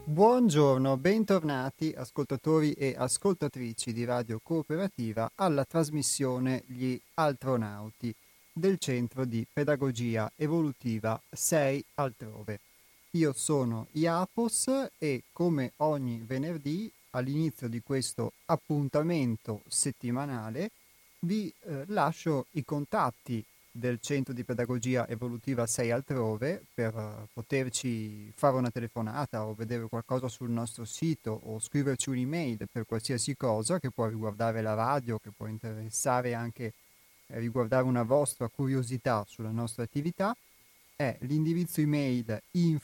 Buongiorno, bentornati ascoltatori e ascoltatrici di Radio Cooperativa alla trasmissione Gli Altronauti del Centro di Pedagogia Evolutiva 6 Altrove. Io sono Iapos e come ogni venerdì all'inizio di questo appuntamento settimanale vi lascio i contatti del Centro di Pedagogia Evolutiva 6 Altrove per poterci fare una telefonata o vedere qualcosa sul nostro sito o scriverci un'email per qualsiasi cosa che può riguardare la radio, che può interessare anche riguardare una vostra curiosità sulla nostra attività. È l'indirizzo email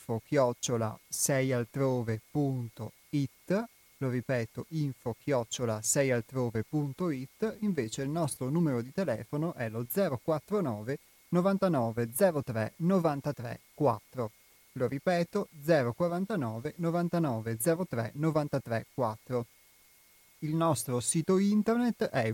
info@seialtrove.it. Lo ripeto, info@seialtrove.it. Invece il nostro numero di telefono è lo 049 99 03 93 4. Lo ripeto, 049 99 03 93 4. Il nostro sito internet è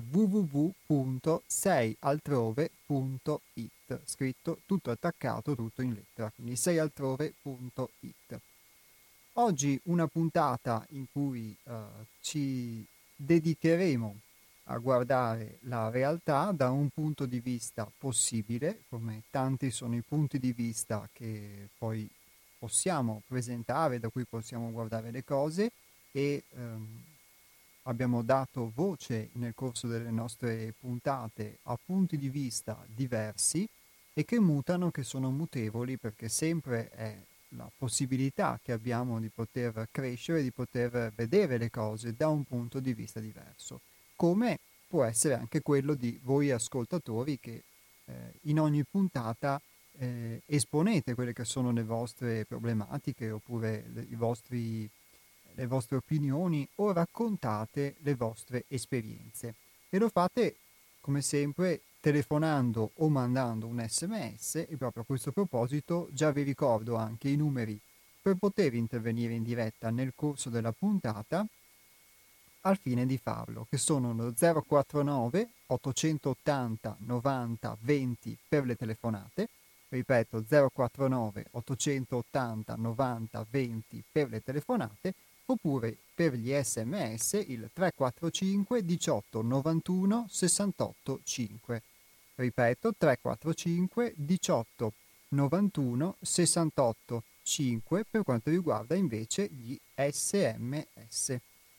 www.seialtrove.it, scritto tutto attaccato, tutto in lettera, quindi seialtrove.it. Oggi una puntata in cui ci dedicheremo a guardare la realtà da un punto di vista possibile, come tanti sono i punti di vista che poi possiamo presentare, da cui possiamo guardare le cose e abbiamo dato voce nel corso delle nostre puntate a punti di vista diversi e che mutano, che sono mutevoli, perché sempre è la possibilità che abbiamo di poter crescere, di poter vedere le cose da un punto di vista diverso, come può essere anche quello di voi ascoltatori che in ogni puntata esponete quelle che sono le vostre problematiche oppure le vostre opinioni o raccontate le vostre esperienze. E lo fate, come sempre, telefonando o mandando un SMS e proprio a questo proposito già vi ricordo anche i numeri per poter intervenire in diretta nel corso della puntata al fine di farlo, che sono lo 049 880 90 20 per le telefonate, ripeto 049 880 90 20 per le telefonate, oppure per gli SMS il 345 18 91 68 5. Ripeto 345 18 91 68 5 per quanto riguarda invece gli SMS.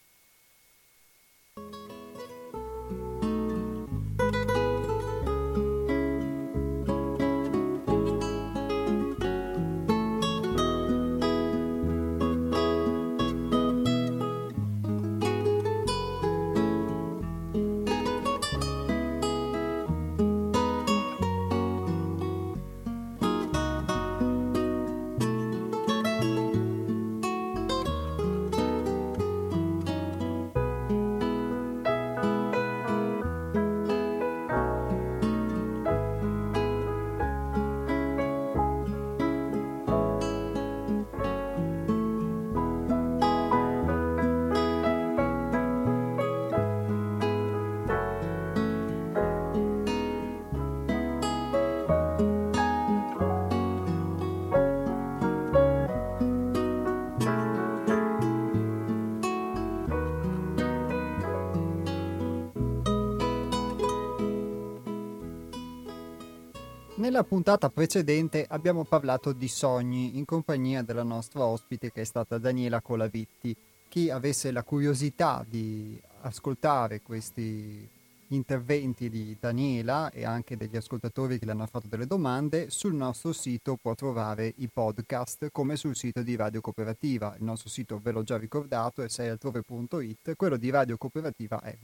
Nella puntata precedente abbiamo parlato di sogni in compagnia della nostra ospite che è stata Daniela Colavitti. Chi avesse la curiosità di ascoltare questi interventi di Daniela e anche degli ascoltatori che le hanno fatto delle domande, sul nostro sito può trovare i podcast come sul sito di Radio Cooperativa. Il nostro sito ve l'ho già ricordato è seialtrove.it, quello di Radio Cooperativa è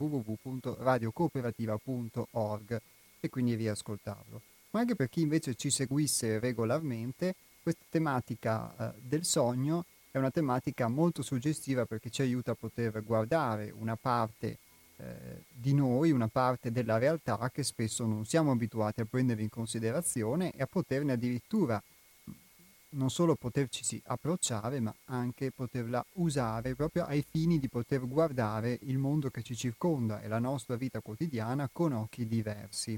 www.radiocooperativa.org e quindi riascoltarlo. Ma anche per chi invece ci seguisse regolarmente, questa tematica del sogno è una tematica molto suggestiva perché ci aiuta a poter guardare una parte di noi, una parte della realtà che spesso non siamo abituati a prendere in considerazione e a poterne addirittura non solo poterci approcciare, ma anche poterla usare proprio ai fini di poter guardare il mondo che ci circonda e la nostra vita quotidiana con occhi diversi.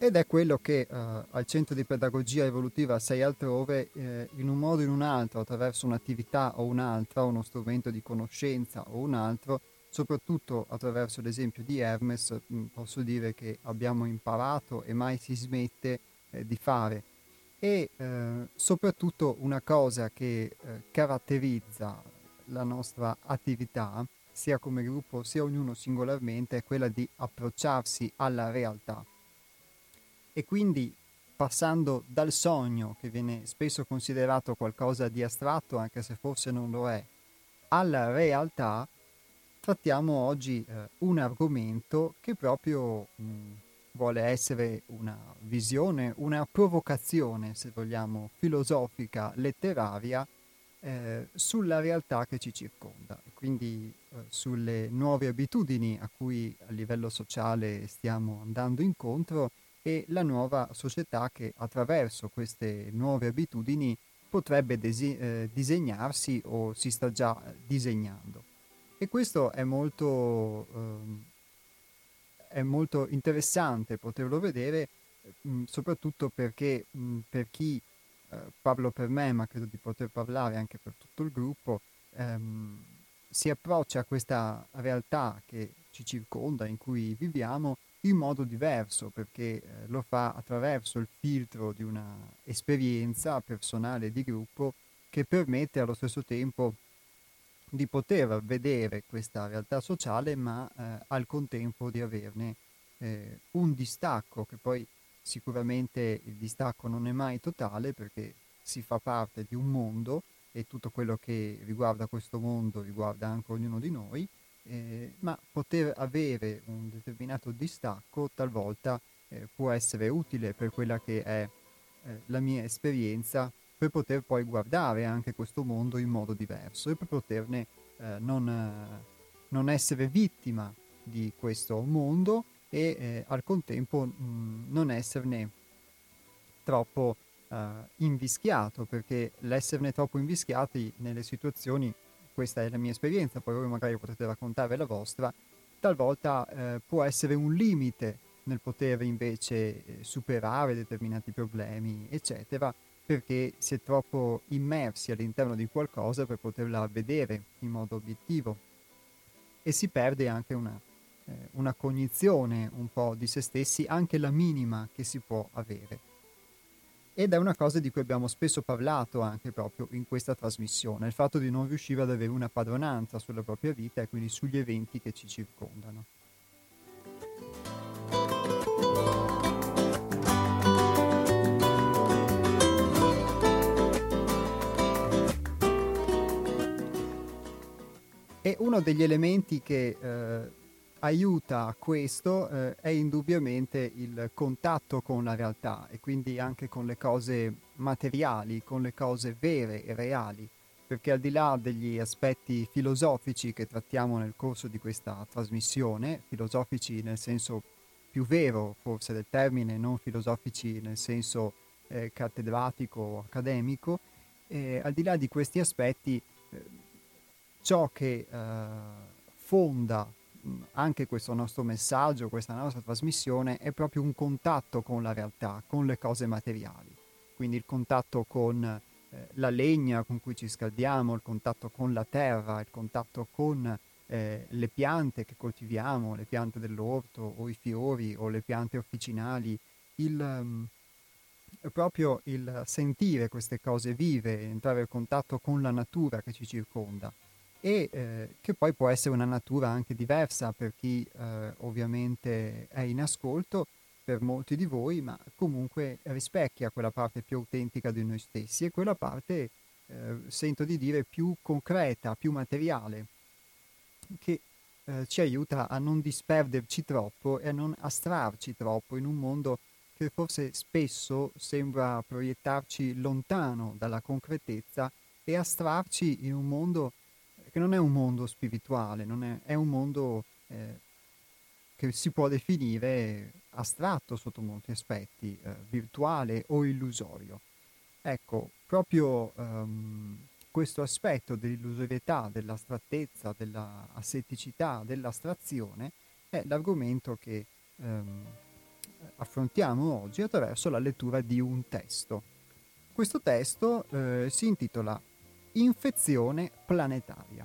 ed è quello che al Centro di Pedagogia Evolutiva 6 altrove, in un modo o in un altro, attraverso un'attività o un'altra, uno strumento di conoscenza o un altro, soprattutto attraverso l'esempio di Hermes, posso dire che abbiamo imparato e mai si smette di fare. E soprattutto una cosa che caratterizza la nostra attività, sia come gruppo sia ognuno singolarmente, è quella di approcciarsi alla realtà. E quindi passando dal sogno, che viene spesso considerato qualcosa di astratto, anche se forse non lo è, alla realtà, trattiamo oggi un argomento che proprio vuole essere una visione, una provocazione, se vogliamo, filosofica, letteraria, sulla realtà che ci circonda, e quindi sulle nuove abitudini a cui a livello sociale stiamo andando incontro e la nuova società che attraverso queste nuove abitudini potrebbe disegnarsi o si sta già disegnando. E questo è molto interessante poterlo vedere, soprattutto perché per chi, parlo per me, ma credo di poter parlare anche per tutto il gruppo, ehm, si approccia a questa realtà che ci circonda, in cui viviamo, in modo diverso, perché lo fa attraverso il filtro di una esperienza personale di gruppo che permette allo stesso tempo di poter vedere questa realtà sociale, ma al contempo di averne un distacco, che poi sicuramente il distacco non è mai totale perché si fa parte di un mondo e tutto quello che riguarda questo mondo riguarda anche ognuno di noi, ma poter avere un determinato distacco talvolta può essere utile per quella che è la mia esperienza, per poter poi guardare anche questo mondo in modo diverso e per poterne non essere vittima di questo mondo e al contempo non esserne troppo invischiato, perché l'esserne troppo invischiati nelle situazioni, questa è la mia esperienza, poi voi magari potete raccontare la vostra, talvolta può essere un limite nel poter invece superare determinati problemi, eccetera, perché si è troppo immersi all'interno di qualcosa per poterla vedere in modo obiettivo e si perde anche una cognizione un po' di se stessi, anche la minima che si può avere. Ed è una cosa di cui abbiamo spesso parlato anche proprio in questa trasmissione, il fatto di non riuscire ad avere una padronanza sulla propria vita e quindi sugli eventi che ci circondano. E uno degli elementi che aiuta a questo è indubbiamente il contatto con la realtà e quindi anche con le cose materiali, con le cose vere e reali, perché al di là degli aspetti filosofici che trattiamo nel corso di questa trasmissione, filosofici nel senso più vero forse del termine, non filosofici nel senso cattedratico o accademico, al di là di questi aspetti ciò che fonda anche questo nostro messaggio, questa nostra trasmissione, è proprio un contatto con la realtà, con le cose materiali. Quindi il contatto con la legna con cui ci scaldiamo, il contatto con la terra, il contatto con le piante che coltiviamo, le piante dell'orto o i fiori o le piante officinali, proprio il sentire queste cose vive, entrare in contatto con la natura che ci circonda e che poi può essere una natura anche diversa per chi ovviamente è in ascolto, per molti di voi, ma comunque rispecchia quella parte più autentica di noi stessi e quella parte, sento di dire, più concreta, più materiale, che ci aiuta a non disperderci troppo e a non astrarci troppo in un mondo che forse spesso sembra proiettarci lontano dalla concretezza e astrarci in un mondo che non è un mondo spirituale, è un mondo che si può definire astratto sotto molti aspetti, virtuale o illusorio. Ecco, proprio questo aspetto dell'illusorietà, dell'astrattezza, della asetticità, dell'astrazione è l'argomento che affrontiamo oggi attraverso la lettura di un testo. Questo testo si intitola Infezione planetaria.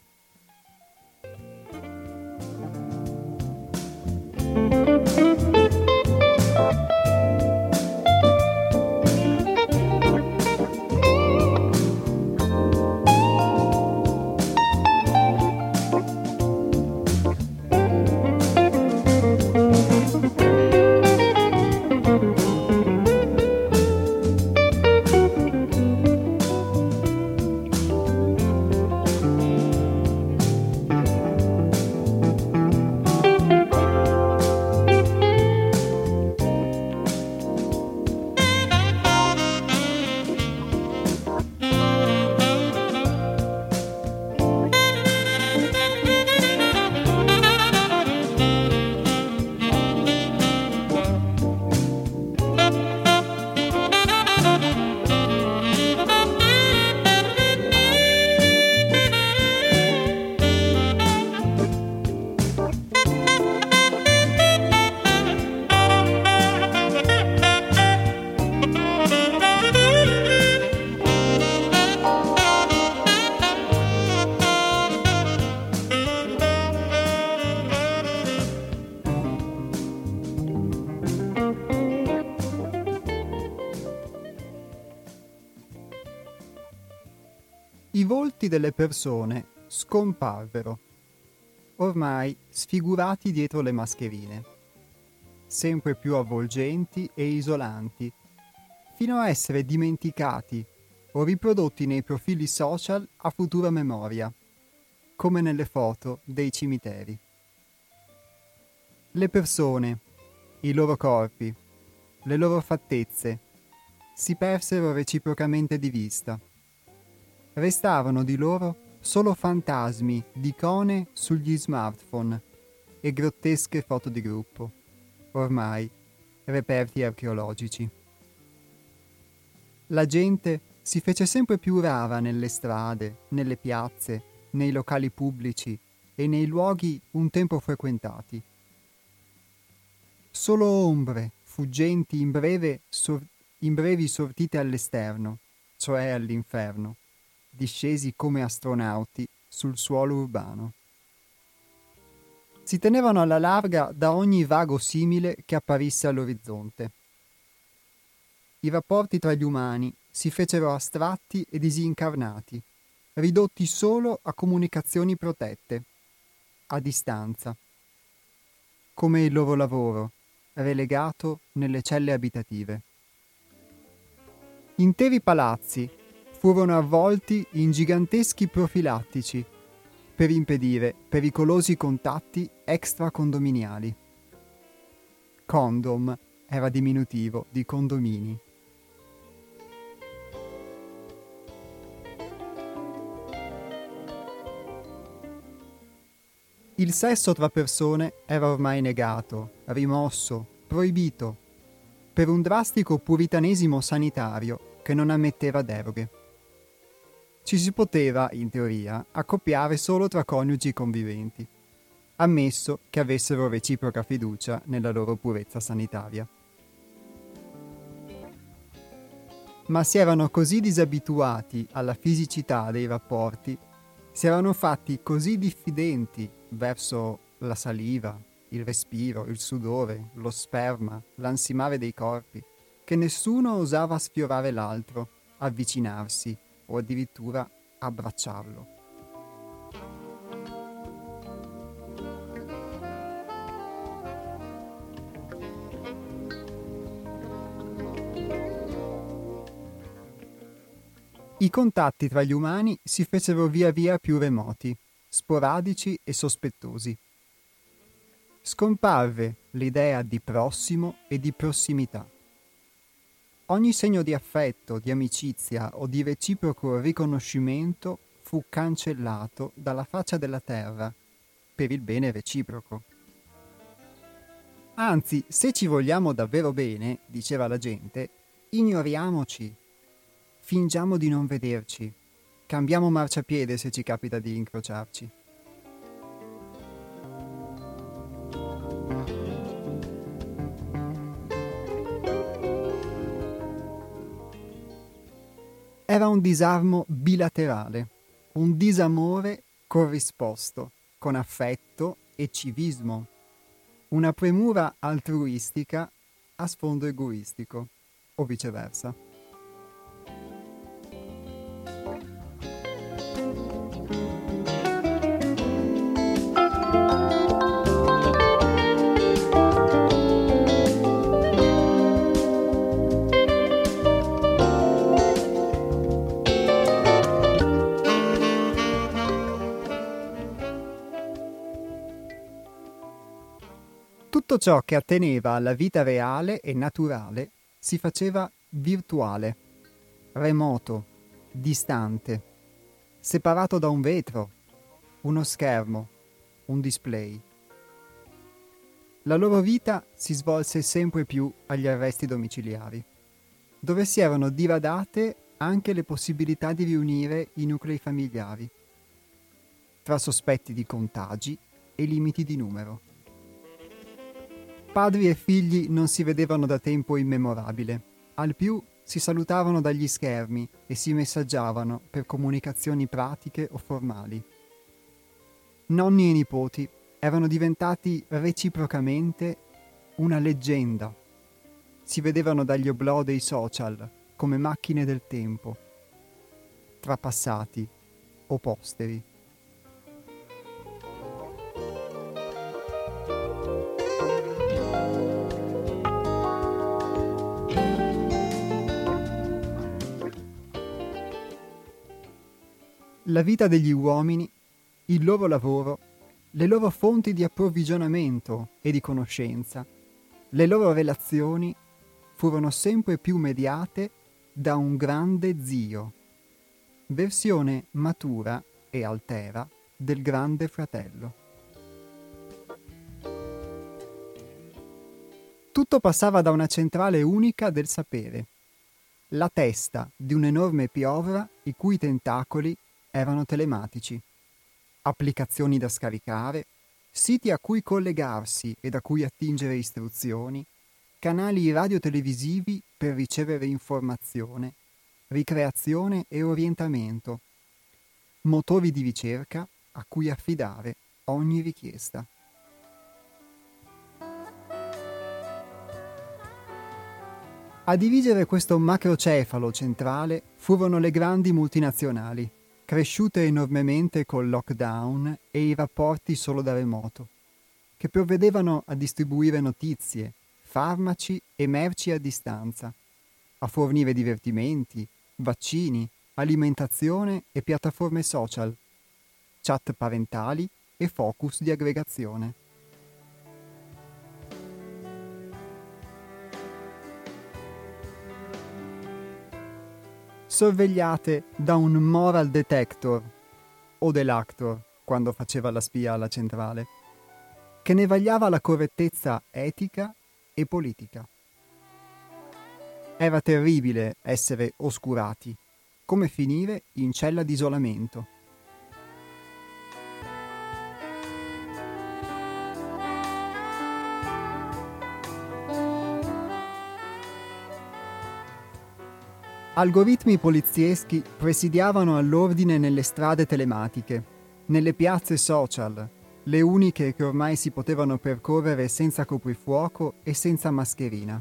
I volti delle persone scomparvero, ormai sfigurati dietro le mascherine, sempre più avvolgenti e isolanti, fino a essere dimenticati o riprodotti nei profili social a futura memoria, come nelle foto dei cimiteri. Le persone, i loro corpi, le loro fattezze, si persero reciprocamente di vista. Restavano di loro solo fantasmi di icone sugli smartphone e grottesche foto di gruppo, ormai reperti archeologici. La gente si fece sempre più rara nelle strade, nelle piazze, nei locali pubblici e nei luoghi un tempo frequentati. Solo ombre fuggenti in brevi sortite all'esterno, cioè all'inferno, discesi come astronauti sul suolo urbano. Si tenevano alla larga da ogni vago simile che apparisse all'orizzonte. I rapporti tra gli umani si fecero astratti e disincarnati, ridotti solo a comunicazioni protette, a distanza, come il loro lavoro, relegato nelle celle abitative. Interi palazzi furono avvolti in giganteschi profilattici per impedire pericolosi contatti extracondominiali. Condom era diminutivo di condomini. Il sesso tra persone era ormai negato, rimosso, proibito, per un drastico puritanesimo sanitario che non ammetteva deroghe. Ci si poteva, in teoria, accoppiare solo tra coniugi conviventi, ammesso che avessero reciproca fiducia nella loro purezza sanitaria. Ma si erano così disabituati alla fisicità dei rapporti, si erano fatti così diffidenti verso la saliva, il respiro, il sudore, lo sperma, l'ansimare dei corpi, che nessuno osava sfiorare l'altro, avvicinarsi o addirittura abbracciarlo. I contatti tra gli umani si fecero via via più remoti, sporadici e sospettosi. Scomparve l'idea di prossimo e di prossimità. Ogni segno di affetto, di amicizia o di reciproco riconoscimento fu cancellato dalla faccia della terra per il bene reciproco. Anzi, se ci vogliamo davvero bene, diceva la gente, ignoriamoci, fingiamo di non vederci, cambiamo marciapiede se ci capita di incrociarci. Era un disarmo bilaterale, un disamore corrisposto, con affetto e civismo, una premura altruistica a sfondo egoistico, o viceversa. Tutto ciò che atteneva alla vita reale e naturale si faceva virtuale, remoto, distante, separato da un vetro, uno schermo, un display. La loro vita si svolse sempre più agli arresti domiciliari, dove si erano diradate anche le possibilità di riunire i nuclei familiari, tra sospetti di contagi e limiti di numero. Padri e figli non si vedevano da tempo immemorabile. Al più si salutavano dagli schermi e si messaggiavano per comunicazioni pratiche o formali. Nonni e nipoti erano diventati reciprocamente una leggenda. Si vedevano dagli oblò dei social come macchine del tempo, trapassati o posteri. La vita degli uomini, il loro lavoro, le loro fonti di approvvigionamento e di conoscenza, le loro relazioni furono sempre più mediate da un grande zio, versione matura e altera del grande fratello. Tutto passava da una centrale unica del sapere, la testa di un'enorme piovra i cui tentacoli erano telematici, applicazioni da scaricare, siti a cui collegarsi e da cui attingere istruzioni, canali radiotelevisivi per ricevere informazione, ricreazione e orientamento, motori di ricerca a cui affidare ogni richiesta. A dirigere questo macrocefalo centrale furono le grandi multinazionali, cresciute enormemente col lockdown e i rapporti solo da remoto, che provvedevano a distribuire notizie, farmaci e merci a distanza, a fornire divertimenti, vaccini, alimentazione e piattaforme social, chat parentali e focus di aggregazione. Sorvegliate da un moral detector o dell'actor quando faceva la spia alla centrale, che ne vagliava la correttezza etica e politica. Era terribile essere oscurati, come finire in cella d'isolamento. Algoritmi polizieschi presidiavano all'ordine nelle strade telematiche, nelle piazze social, le uniche che ormai si potevano percorrere senza coprifuoco e senza mascherina.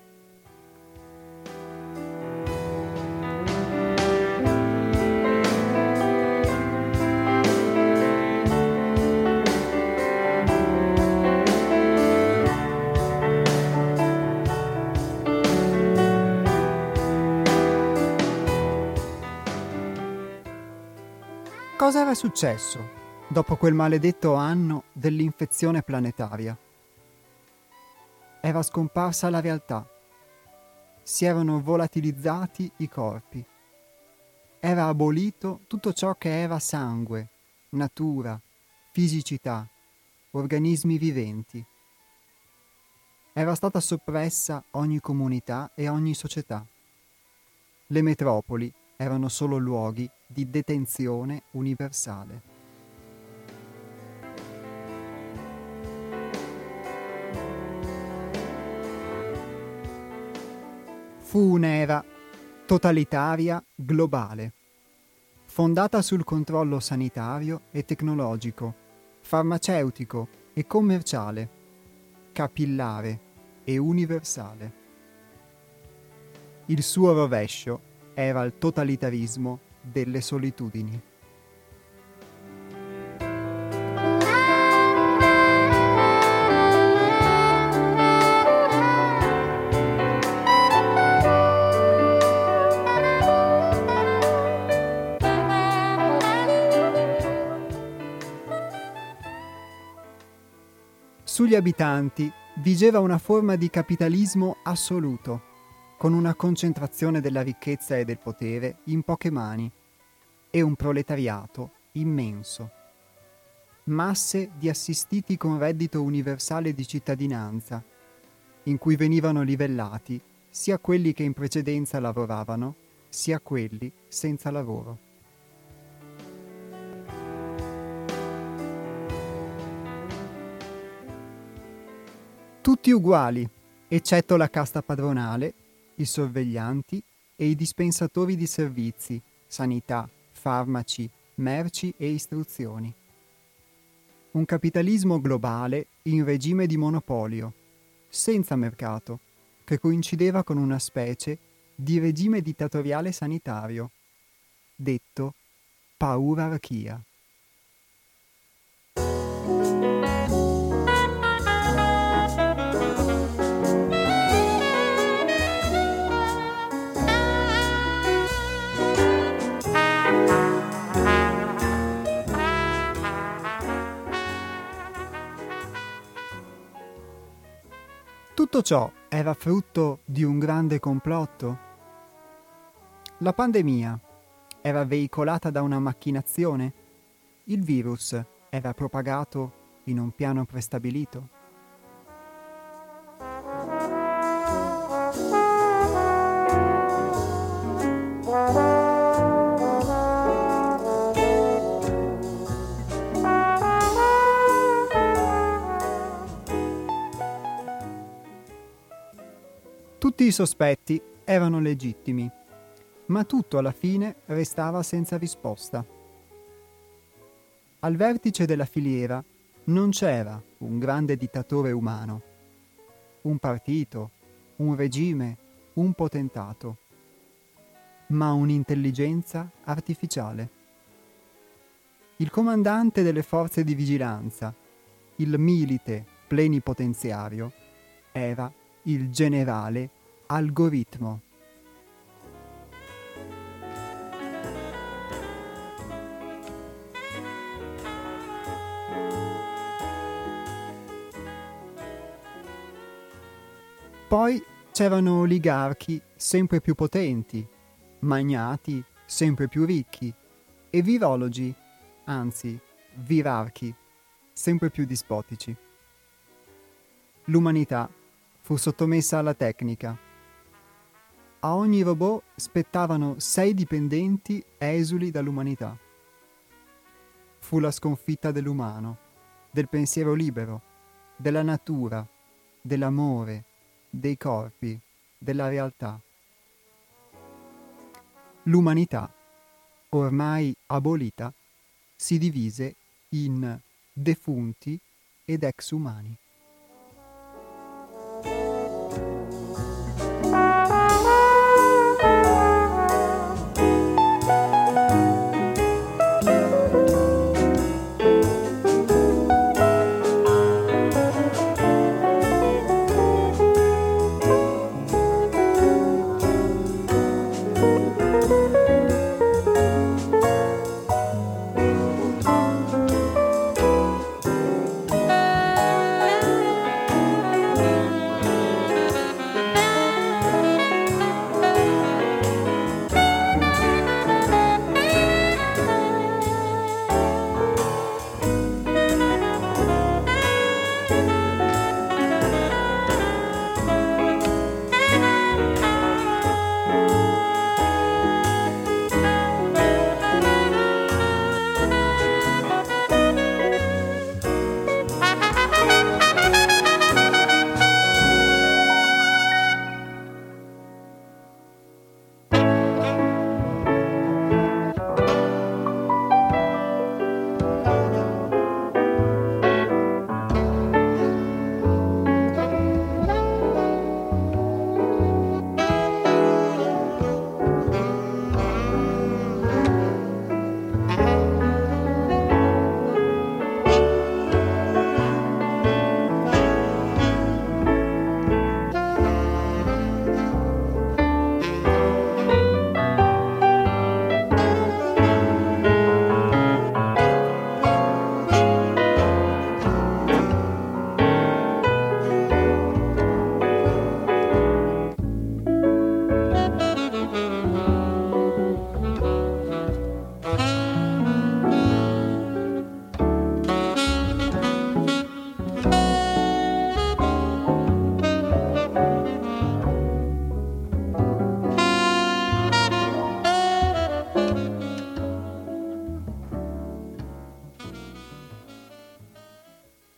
Cosa era successo dopo quel maledetto anno dell'infezione planetaria? Era scomparsa la realtà. Si erano volatilizzati i corpi. Era abolito tutto ciò che era sangue, natura, fisicità, organismi viventi. Era stata soppressa ogni comunità e ogni società. Le metropoli erano solo luoghi di detenzione universale. Fu un'era totalitaria globale, fondata sul controllo sanitario e tecnologico, farmaceutico e commerciale, capillare e universale. Il suo rovescio era il totalitarismo delle solitudini. Sugli abitanti vigeva una forma di capitalismo assoluto, con una concentrazione della ricchezza e del potere in poche mani e un proletariato immenso. Masse di assistiti con reddito universale di cittadinanza, in cui venivano livellati sia quelli che in precedenza lavoravano, sia quelli senza lavoro. Tutti uguali, eccetto la casta padronale, i sorveglianti e i dispensatori di servizi, sanità, farmaci, merci e istruzioni. Un capitalismo globale in regime di monopolio, senza mercato, che coincideva con una specie di regime dittatoriale sanitario, detto paurarchia. Tutto ciò era frutto di un grande complotto? La pandemia era veicolata da una macchinazione? Il virus era propagato in un piano prestabilito? Tutti i sospetti erano legittimi, ma tutto alla fine restava senza risposta. Al vertice della filiera non c'era un grande dittatore umano, un partito, un regime, un potentato, ma un'intelligenza artificiale. Il comandante delle forze di vigilanza, il milite plenipotenziario, era il generale algoritmo. Poi c'erano oligarchi sempre più potenti, magnati sempre più ricchi e virologi, anzi virarchi, sempre più dispotici. L'umanità fu sottomessa alla tecnica. A ogni robot spettavano 6 dipendenti esuli dall'umanità. Fu la sconfitta dell'umano, del pensiero libero, della natura, dell'amore, dei corpi, della realtà. L'umanità, ormai abolita, si divise in defunti ed ex umani.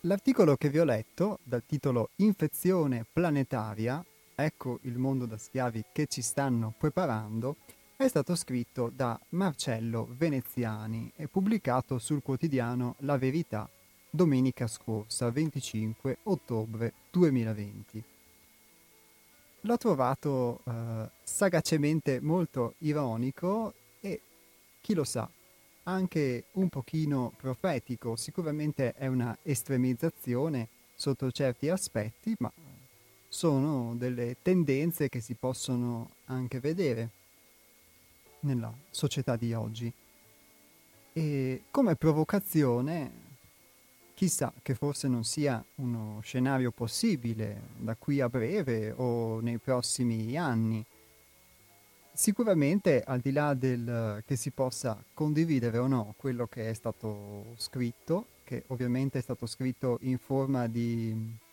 L'articolo che vi ho letto, dal titolo Infezione planetaria, ecco il mondo da schiavi che ci stanno preparando, è stato scritto da Marcello Veneziani e pubblicato sul quotidiano La Verità domenica scorsa, 25 ottobre 2020. L'ho trovato sagacemente molto ironico e, chi lo sa, anche un pochino profetico. Sicuramente è una estremizzazione sotto certi aspetti, ma sono delle tendenze che si possono anche vedere nella società di oggi. E come provocazione, chissà che forse non sia uno scenario possibile da qui a breve o nei prossimi anni. Sicuramente, al di là del che si possa condividere o no quello che è stato scritto, che ovviamente è stato scritto in forma di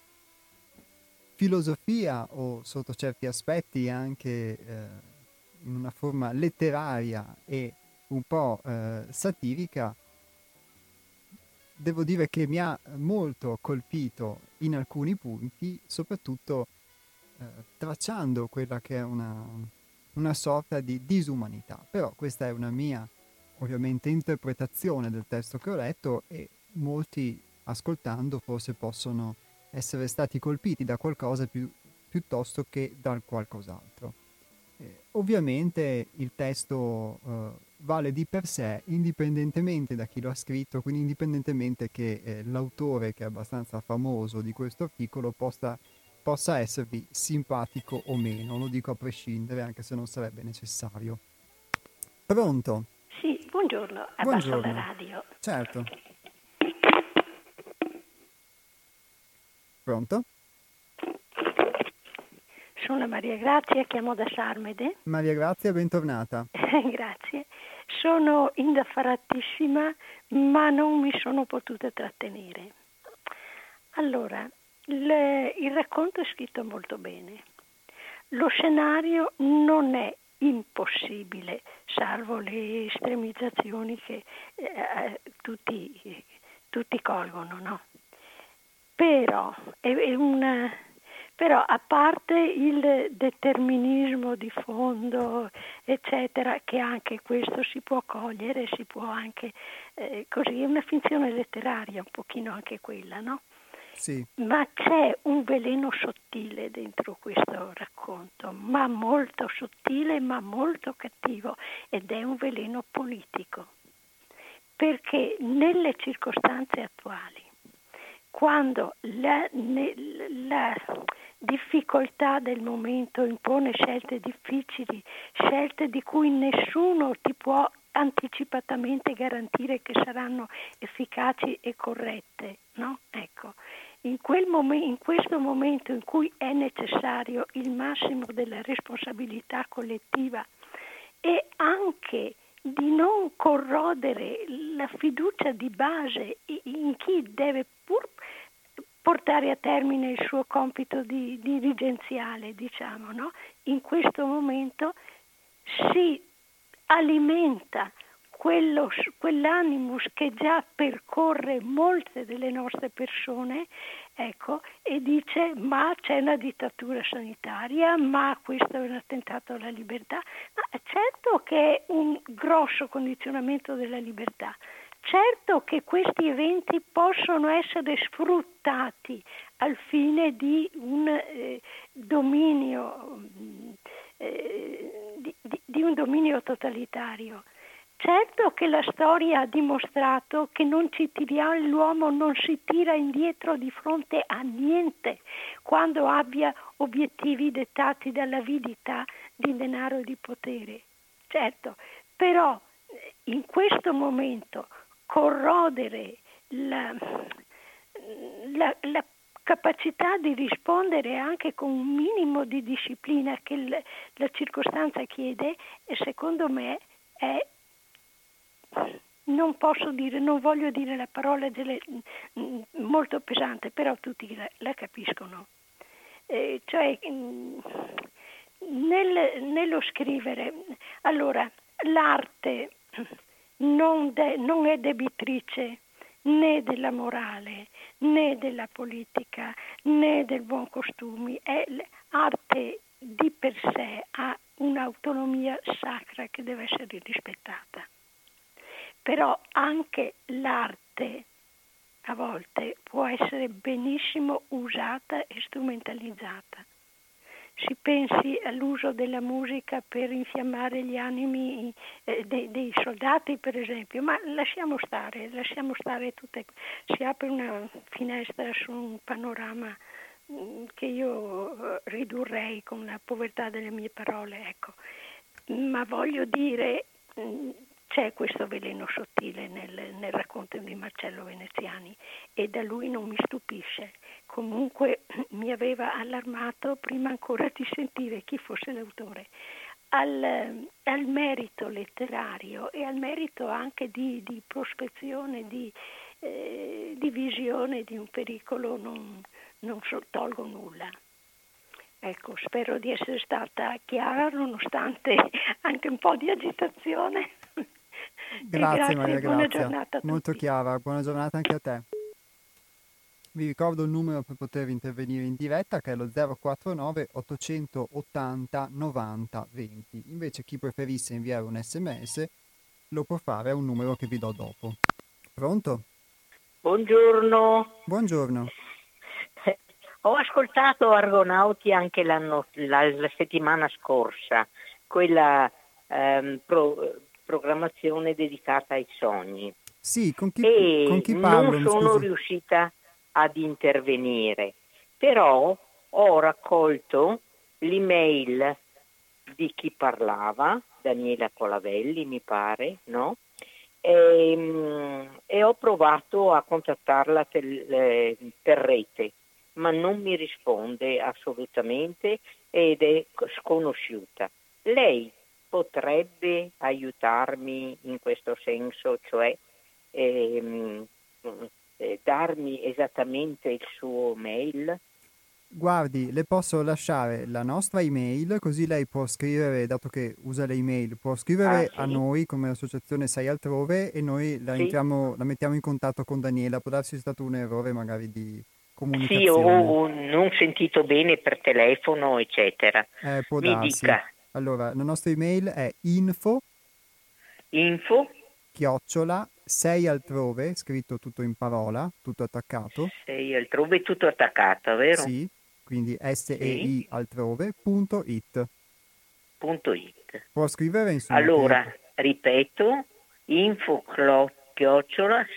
filosofia o sotto certi aspetti anche in una forma letteraria e un po' satirica, devo dire che mi ha molto colpito in alcuni punti, soprattutto tracciando quella che è una sorta di disumanità. Però questa è una mia, ovviamente, interpretazione del testo che ho letto e molti, ascoltando, forse possono essere stati colpiti da qualcosa piuttosto che da qualcos'altro. Ovviamente il testo vale di per sé indipendentemente da chi lo ha scritto, quindi indipendentemente che l'autore, che è abbastanza famoso di questo articolo, possa esservi simpatico o meno, lo dico a prescindere, anche se non sarebbe necessario. Pronto? Sì, buongiorno, abbasso la Buongiorno. radio. Certo. Pronto? Sono Maria Grazia, chiamo da Sarmede. Maria Grazia, bentornata. Grazie. Sono indaffaratissima, ma non mi sono potuta trattenere. Allora, il racconto è scritto molto bene. Lo scenario non è impossibile, salvo le estremizzazioni che tutti colgono, no? Però a parte il determinismo di fondo, eccetera, che anche questo si può cogliere, si può anche così, è una finzione letteraria, un pochino anche quella, no? Sì. Ma c'è un veleno sottile dentro questo racconto, ma molto sottile, ma molto cattivo, ed è un veleno politico. Perché nelle circostanze attuali, quando la difficoltà del momento impone scelte difficili, scelte di cui nessuno ti può anticipatamente garantire che saranno efficaci e corrette, no? Ecco, in questo momento in cui è necessario il massimo della responsabilità collettiva e anche di non corrodere la fiducia di base in chi deve pur portare a termine il suo compito dirigenziale, diciamo, no? In questo momento si alimenta quell'animus che già percorre molte delle nostre persone, ecco, e dice ma c'è una dittatura sanitaria, ma questo è un attentato alla libertà. Ma certo che è un grosso condizionamento della libertà. Certo che questi eventi possono essere sfruttati al fine di un dominio di un dominio totalitario. Certo che la storia ha dimostrato che l'uomo non si tira indietro di fronte a niente quando abbia obiettivi dettati dall'avidità di denaro e di potere. Certo, però in questo momento corrodere la capacità di rispondere anche con un minimo di disciplina che la circostanza chiede, secondo me è, non voglio dire la parola molto pesante, però tutti la capiscono. Cioè, nello scrivere, allora, l'arte non è debitrice né della morale, né della politica, né del buon costumi. Arte di per sé ha un'autonomia sacra che deve essere rispettata. Però anche l'arte a volte può essere benissimo usata e strumentalizzata. Si pensi all'uso della musica per infiammare gli animi dei soldati, per esempio, ma lasciamo stare tutte. Si apre una finestra su un panorama che io ridurrei con la povertà delle mie parole, ecco. Ma voglio dire, c'è questo veleno sottile nel racconto di Marcello Veneziani e da lui non mi stupisce. Comunque mi aveva allarmato prima ancora di sentire chi fosse l'autore. Al merito letterario e al merito anche di prospezione, di visione di un pericolo non tolgo nulla. Ecco, spero di essere stata chiara nonostante anche un po' di agitazione. Grazie Maria buona Grazia, giornata a molto tutti. chiara, buona giornata anche a te. Vi ricordo il numero per poter intervenire in diretta, che è lo 049 880 90 20. Invece chi preferisse inviare un SMS lo può fare a un numero che vi do dopo. Pronto? Buongiorno. Buongiorno. Ho ascoltato Argonauti anche la settimana scorsa, quella programmazione dedicata ai sogni. Sì, con chi parlo? Non sono riuscita ad intervenire, però ho raccolto l'email di chi parlava, Daniela Colavelli mi pare, no? E ho provato a contattarla per rete, ma non mi risponde assolutamente ed è sconosciuta. Lei potrebbe aiutarmi in questo senso, cioè darmi esattamente il suo mail? Guardi, le posso lasciare la nostra email, così lei può scrivere, dato che usa le email, può scrivere sì? a noi come associazione Sei Altrove e noi la mettiamo in contatto con Daniela. Può darsi stato un errore magari di comunicazione. Sì, ho non sentito bene per telefono, eccetera. Può Mi darsi. dica. Allora, la nostra email è info @ altrove, scritto tutto in parola, tutto attaccato. Sei altrove, tutto attaccato, vero? Sì, quindi sei-altrove.it. Può scrivere insomma. Allora, ripeto, info @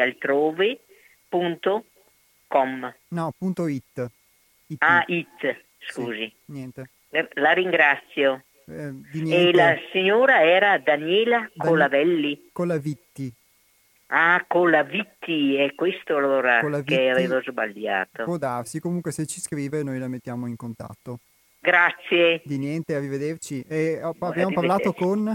seialtrove.com. No, .it. It, scusi. Sì, niente. La ringrazio. Di niente. E la signora era Daniela Colavelli? Colavitti. Ah, Colavitti, è questo allora che avevo sbagliato. Può darsi, comunque se ci scrive noi la mettiamo in contatto. Grazie. Di niente, arrivederci. Abbiamo parlato con?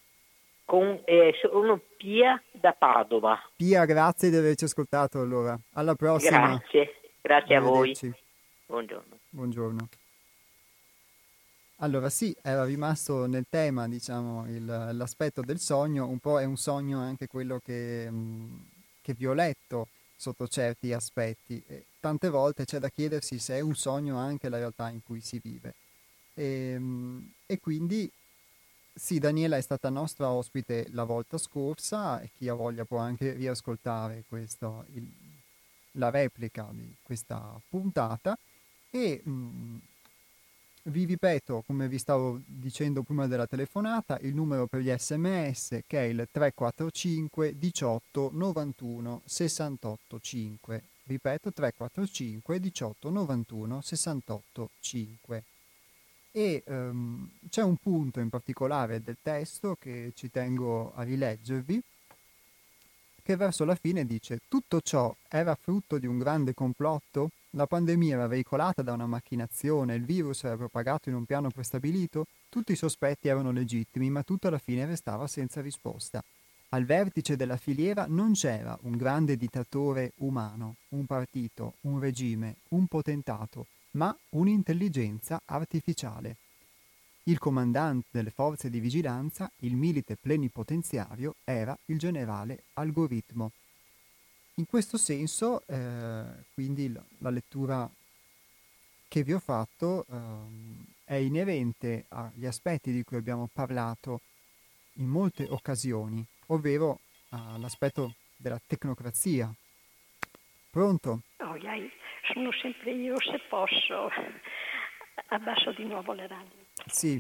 Sono Pia da Padova. Pia, grazie di averci ascoltato allora. Alla prossima. Grazie a voi. Buongiorno. Allora sì, era rimasto nel tema, diciamo, l'aspetto del sogno, un po' è un sogno anche quello che vi ho letto sotto certi aspetti. E tante volte c'è da chiedersi se è un sogno anche la realtà in cui si vive. E quindi sì, Daniela è stata nostra ospite la volta scorsa e chi ha voglia può anche riascoltare la replica di questa puntata e vi ripeto, come vi stavo dicendo prima della telefonata, il numero per gli SMS che è il 345 18 91 68 5. Ripeto, 345 18 91 68 5. E c'è un punto in particolare del testo che ci tengo a rileggervi, che verso la fine dice: tutto ciò era frutto di un grande complotto? La pandemia era veicolata da una macchinazione, il virus era propagato in un piano prestabilito, tutti i sospetti erano legittimi, ma tutto alla fine restava senza risposta. Al vertice della filiera non c'era un grande dittatore umano, un partito, un regime, un potentato, ma un'intelligenza artificiale. Il comandante delle forze di vigilanza, il milite plenipotenziario, era il generale Algoritmo. In questo senso, quindi la lettura che vi ho fatto è inerente agli aspetti di cui abbiamo parlato in molte occasioni, ovvero all'aspetto della tecnocrazia. Pronto? Oh, sono sempre io, se posso. Abbasso di nuovo le radio. Sì.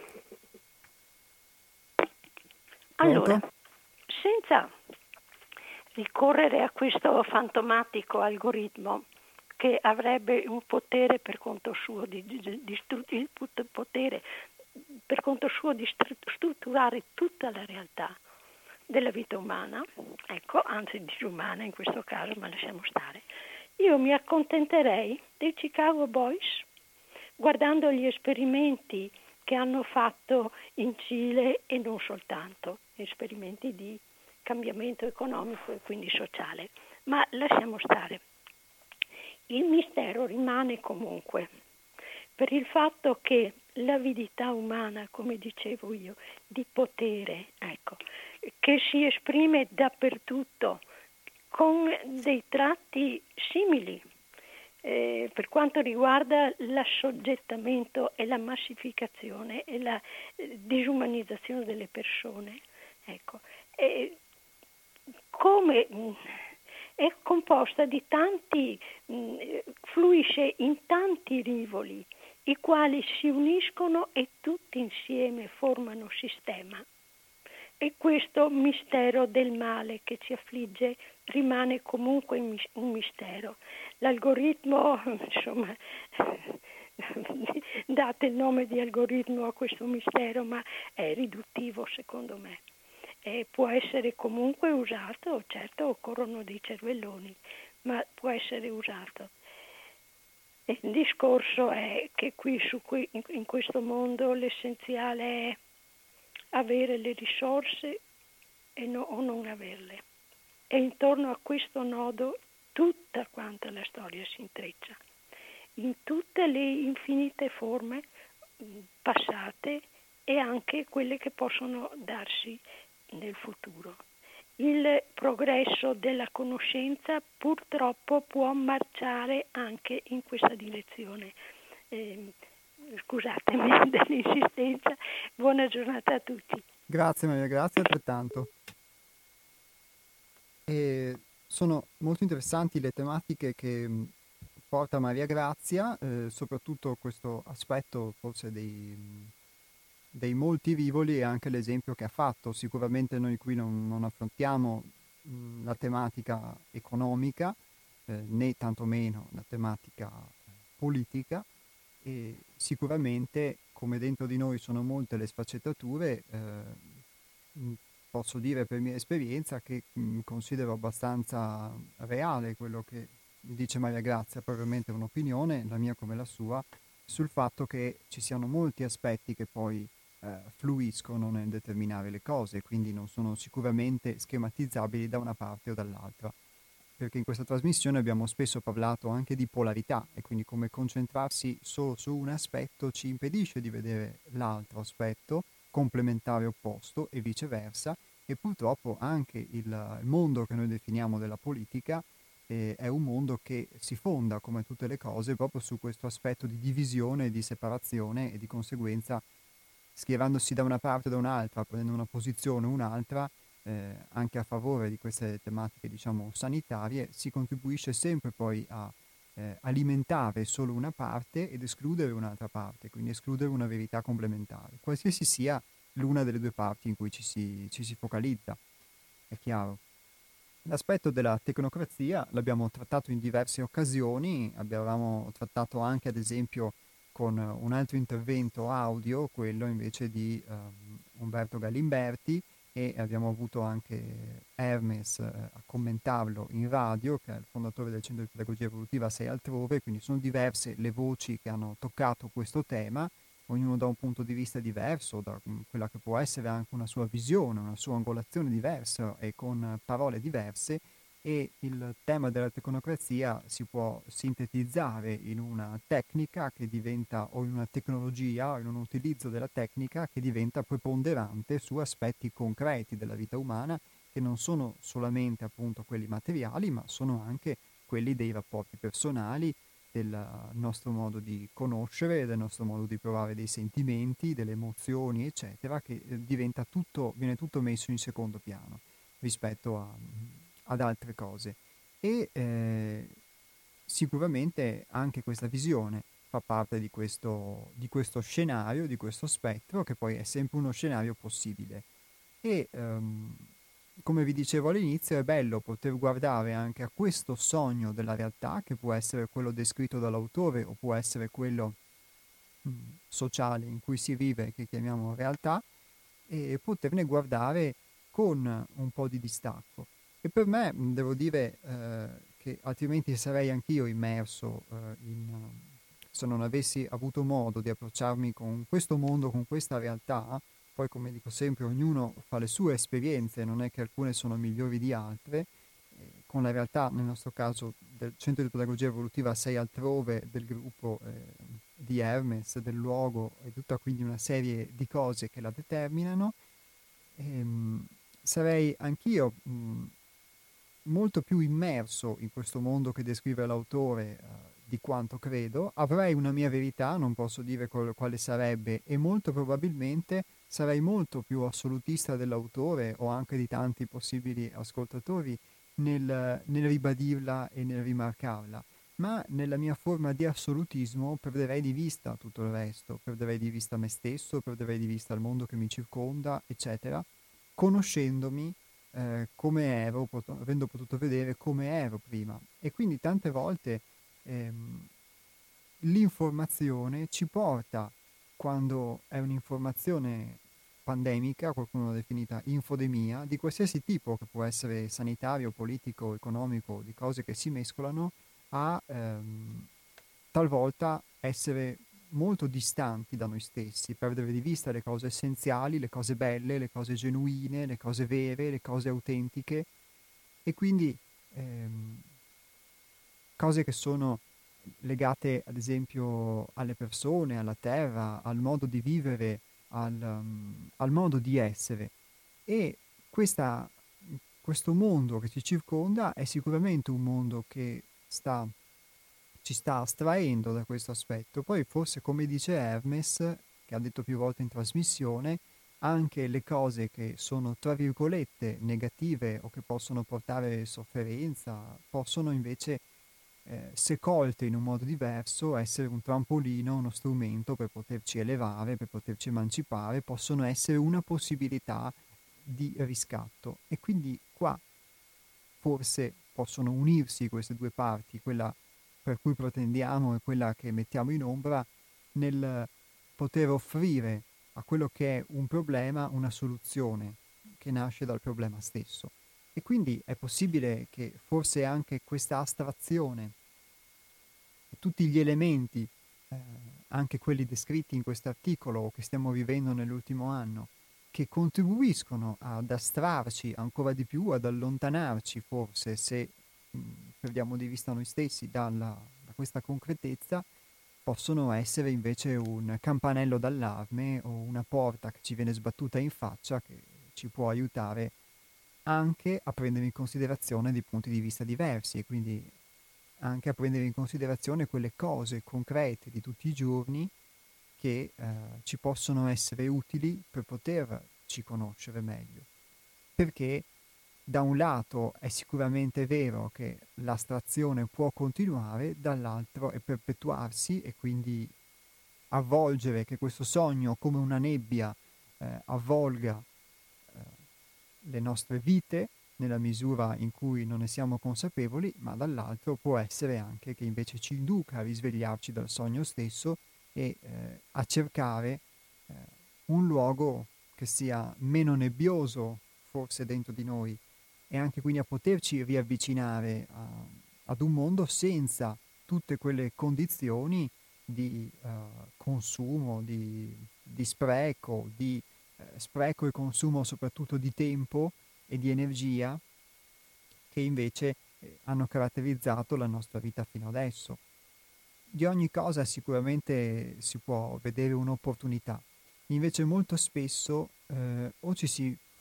Allora, Pronto? senza ricorrere a questo fantomatico algoritmo che avrebbe un potere per conto suo il potere per conto suo di strutturare tutta la realtà della vita umana, ecco, anzi disumana in questo caso, ma lasciamo stare. Io mi accontenterei dei Chicago Boys guardando gli esperimenti che hanno fatto in Cile e non soltanto, esperimenti di cambiamento economico e quindi sociale. Ma lasciamo stare. Il mistero rimane comunque per il fatto che l'avidità umana, come dicevo io, di potere, ecco, che si esprime dappertutto con dei tratti simili per quanto riguarda l'assoggettamento e la massificazione e la disumanizzazione delle persone, ecco, come è composta di tanti, fluisce in tanti rivoli, i quali si uniscono e tutti insieme formano sistema. E questo mistero del male che ci affligge rimane comunque un mistero. L'algoritmo, insomma, date il nome di algoritmo a questo mistero, ma è riduttivo secondo me. Può essere comunque usato, certo occorrono dei cervelloni, ma può essere usato. Il discorso è che in questo mondo l'essenziale è avere le risorse o non averle. E intorno a questo nodo tutta quanta la storia si intreccia, in tutte le infinite forme passate e anche quelle che possono darsi nel futuro. Il progresso della conoscenza purtroppo può marciare anche in questa direzione. Scusatemi dell'insistenza, buona giornata a tutti. Grazie Maria, grazie altrettanto. E sono molto interessanti le tematiche che porta Maria Grazia, soprattutto questo aspetto forse dei molti rivoli e anche l'esempio che ha fatto. Sicuramente noi qui non affrontiamo la tematica economica, né tantomeno la tematica politica, e sicuramente come dentro di noi sono molte le sfaccettature, posso dire per mia esperienza che considero abbastanza reale quello che dice Maria Grazia, probabilmente è un'opinione, la mia come la sua, sul fatto che ci siano molti aspetti che poi fluiscono nel determinare le cose, quindi non sono sicuramente schematizzabili da una parte o dall'altra. Perché in questa trasmissione abbiamo spesso parlato anche di polarità e quindi come concentrarsi solo su un aspetto ci impedisce di vedere l'altro aspetto complementare opposto e viceversa, e purtroppo anche il mondo che noi definiamo della politica è un mondo che si fonda, come tutte le cose, proprio su questo aspetto di divisione, di separazione e di conseguenza schierandosi da una parte o da un'altra, prendendo una posizione o un'altra, anche a favore di queste tematiche, diciamo, sanitarie, si contribuisce sempre poi a alimentare solo una parte ed escludere un'altra parte, quindi escludere una verità complementare, qualsiasi sia l'una delle due parti in cui ci si focalizza, è chiaro. L'aspetto della tecnocrazia l'abbiamo trattato in diverse occasioni, abbiamo trattato anche ad esempio con un altro intervento audio, quello invece di Umberto Galimberti, e abbiamo avuto anche Hermes a commentarlo in radio, che è il fondatore del Centro di Pedagogia Evolutiva 6 Altrove, quindi sono diverse le voci che hanno toccato questo tema, ognuno da un punto di vista diverso, da quella che può essere anche una sua visione, una sua angolazione diversa e con parole diverse, e il tema della tecnocrazia si può sintetizzare in una tecnica che diventa, o in una tecnologia, o in un utilizzo della tecnica che diventa preponderante su aspetti concreti della vita umana che non sono solamente appunto quelli materiali, ma sono anche quelli dei rapporti personali, del nostro modo di conoscere, del nostro modo di provare dei sentimenti, delle emozioni, eccetera, che viene tutto messo in secondo piano rispetto ad altre cose. E sicuramente anche questa visione fa parte di questo scenario, di questo spettro, che poi è sempre uno scenario possibile. E come vi dicevo all'inizio, è bello poter guardare anche a questo sogno della realtà, che può essere quello descritto dall'autore o può essere quello sociale in cui si vive, che chiamiamo realtà, e poterne guardare con un po' di distacco. E per me, devo dire che altrimenti sarei anch'io immerso se non avessi avuto modo di approcciarmi con questo mondo, con questa realtà. Poi, come dico sempre, ognuno fa le sue esperienze, non è che alcune sono migliori di altre. Con la realtà, nel nostro caso, del Centro di Pedagogia Evolutiva 6 altrove, del gruppo di Hermes, del luogo e tutta quindi una serie di cose che la determinano. Sarei anch'io molto più immerso in questo mondo che descrive l'autore di quanto credo. Avrei una mia verità, non posso dire quale sarebbe, e molto probabilmente sarei molto più assolutista dell'autore o anche di tanti possibili ascoltatori nel ribadirla e nel rimarcarla. Ma nella mia forma di assolutismo perderei di vista tutto il resto, perderei di vista me stesso, perderei di vista il mondo che mi circonda, eccetera, conoscendomi come ero, avendo potuto vedere come ero prima. E quindi tante volte l'informazione ci porta, quando è un'informazione pandemica, qualcuno l'ha definita infodemia, di qualsiasi tipo, che può essere sanitario, politico, economico, di cose che si mescolano, a talvolta essere molto distanti da noi stessi, perdere di vista le cose essenziali, le cose belle, le cose genuine, le cose vere, le cose autentiche, e quindi cose che sono legate ad esempio alle persone, alla terra, al modo di vivere, al modo di essere. E questo mondo che ci circonda è sicuramente un mondo che ci sta astraendo da questo aspetto. Poi forse, come dice Hermes, che ha detto più volte in trasmissione, anche le cose che sono tra virgolette negative o che possono portare sofferenza possono invece, se colte in un modo diverso, essere un trampolino, uno strumento per poterci elevare, per poterci emancipare, possono essere una possibilità di riscatto. E quindi qua forse possono unirsi queste due parti, quella per cui pretendiamo e quella che mettiamo in ombra, nel poter offrire a quello che è un problema una soluzione che nasce dal problema stesso. E quindi è possibile che forse anche questa astrazione, tutti gli elementi, anche quelli descritti in questo articolo o che stiamo vivendo nell'ultimo anno, che contribuiscono ad astrarci ancora di più, ad allontanarci forse, se perdiamo di vista noi stessi da questa concretezza, possono essere invece un campanello d'allarme o una porta che ci viene sbattuta in faccia, che ci può aiutare anche a prendere in considerazione dei punti di vista diversi, e quindi anche a prendere in considerazione quelle cose concrete di tutti i giorni che ci possono essere utili per poterci conoscere meglio. Perché da un lato è sicuramente vero che l'astrazione può continuare, dall'altro è perpetuarsi e quindi avvolgere, che questo sogno come una nebbia avvolga le nostre vite nella misura in cui non ne siamo consapevoli, ma dall'altro può essere anche che invece ci induca a risvegliarci dal sogno stesso e a cercare un luogo che sia meno nebbioso forse dentro di noi, e anche quindi a poterci riavvicinare ad un mondo senza tutte quelle condizioni di consumo, di spreco, di spreco e consumo soprattutto di tempo e di energia, che invece hanno caratterizzato la nostra vita fino adesso. Di ogni cosa sicuramente si può vedere un'opportunità, invece molto spesso o ci si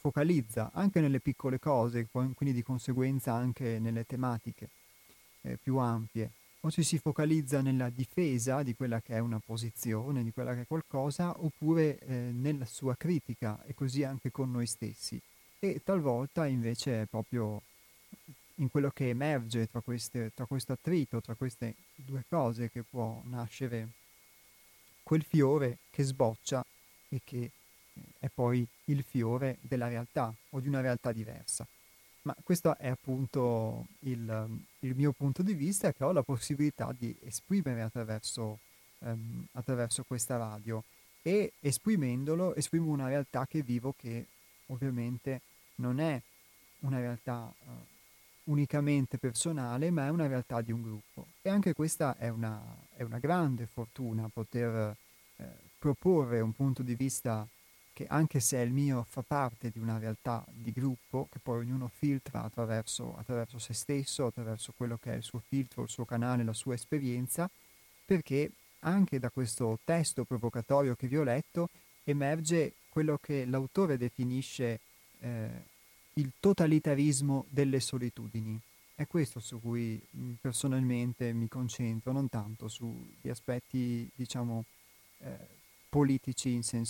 focalizza anche nelle piccole cose, quindi di conseguenza anche nelle tematiche più ampie, o ci si focalizza nella difesa di quella che è una posizione, di quella che è qualcosa, oppure nella sua critica, e così anche con noi stessi. E talvolta invece è proprio in quello che emerge tra questo attrito, tra queste due cose, che può nascere quel fiore che sboccia e che è poi il fiore della realtà o di una realtà diversa. Ma questo è appunto il mio punto di vista, che ho la possibilità di esprimere attraverso questa radio, e esprimendolo esprimo una realtà che vivo, che ovviamente non è una realtà unicamente personale, ma è una realtà di un gruppo. E anche questa è una grande fortuna, poter proporre un punto di vista che, anche se è il mio, fa parte di una realtà di gruppo, che poi ognuno filtra attraverso se stesso, attraverso quello che è il suo filtro, il suo canale, la sua esperienza, perché anche da questo testo provocatorio che vi ho letto emerge quello che l'autore definisce il totalitarismo delle solitudini. È questo su cui personalmente mi concentro, non tanto sugli aspetti, diciamo, eh, politici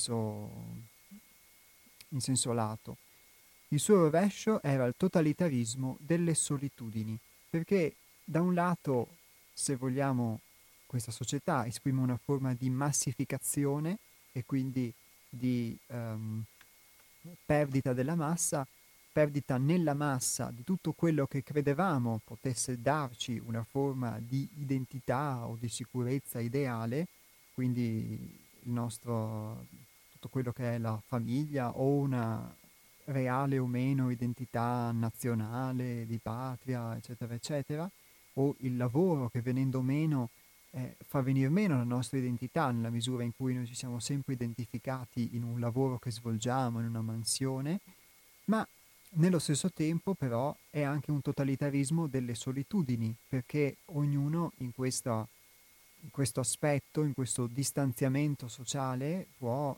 in senso lato. Il suo rovescio era il totalitarismo delle solitudini, perché da un lato, se vogliamo, questa società esprime una forma di massificazione e quindi di perdita della massa, perdita nella massa di tutto quello che credevamo potesse darci una forma di identità o di sicurezza ideale, quindi tutto quello che è la famiglia o una reale o meno identità nazionale, di patria, eccetera, eccetera, o il lavoro che, venendo meno, fa venire meno la nostra identità, nella misura in cui noi ci siamo sempre identificati in un lavoro che svolgiamo, in una mansione, ma nello stesso tempo però è anche un totalitarismo delle solitudini, perché ognuno in questo aspetto, in questo distanziamento sociale, può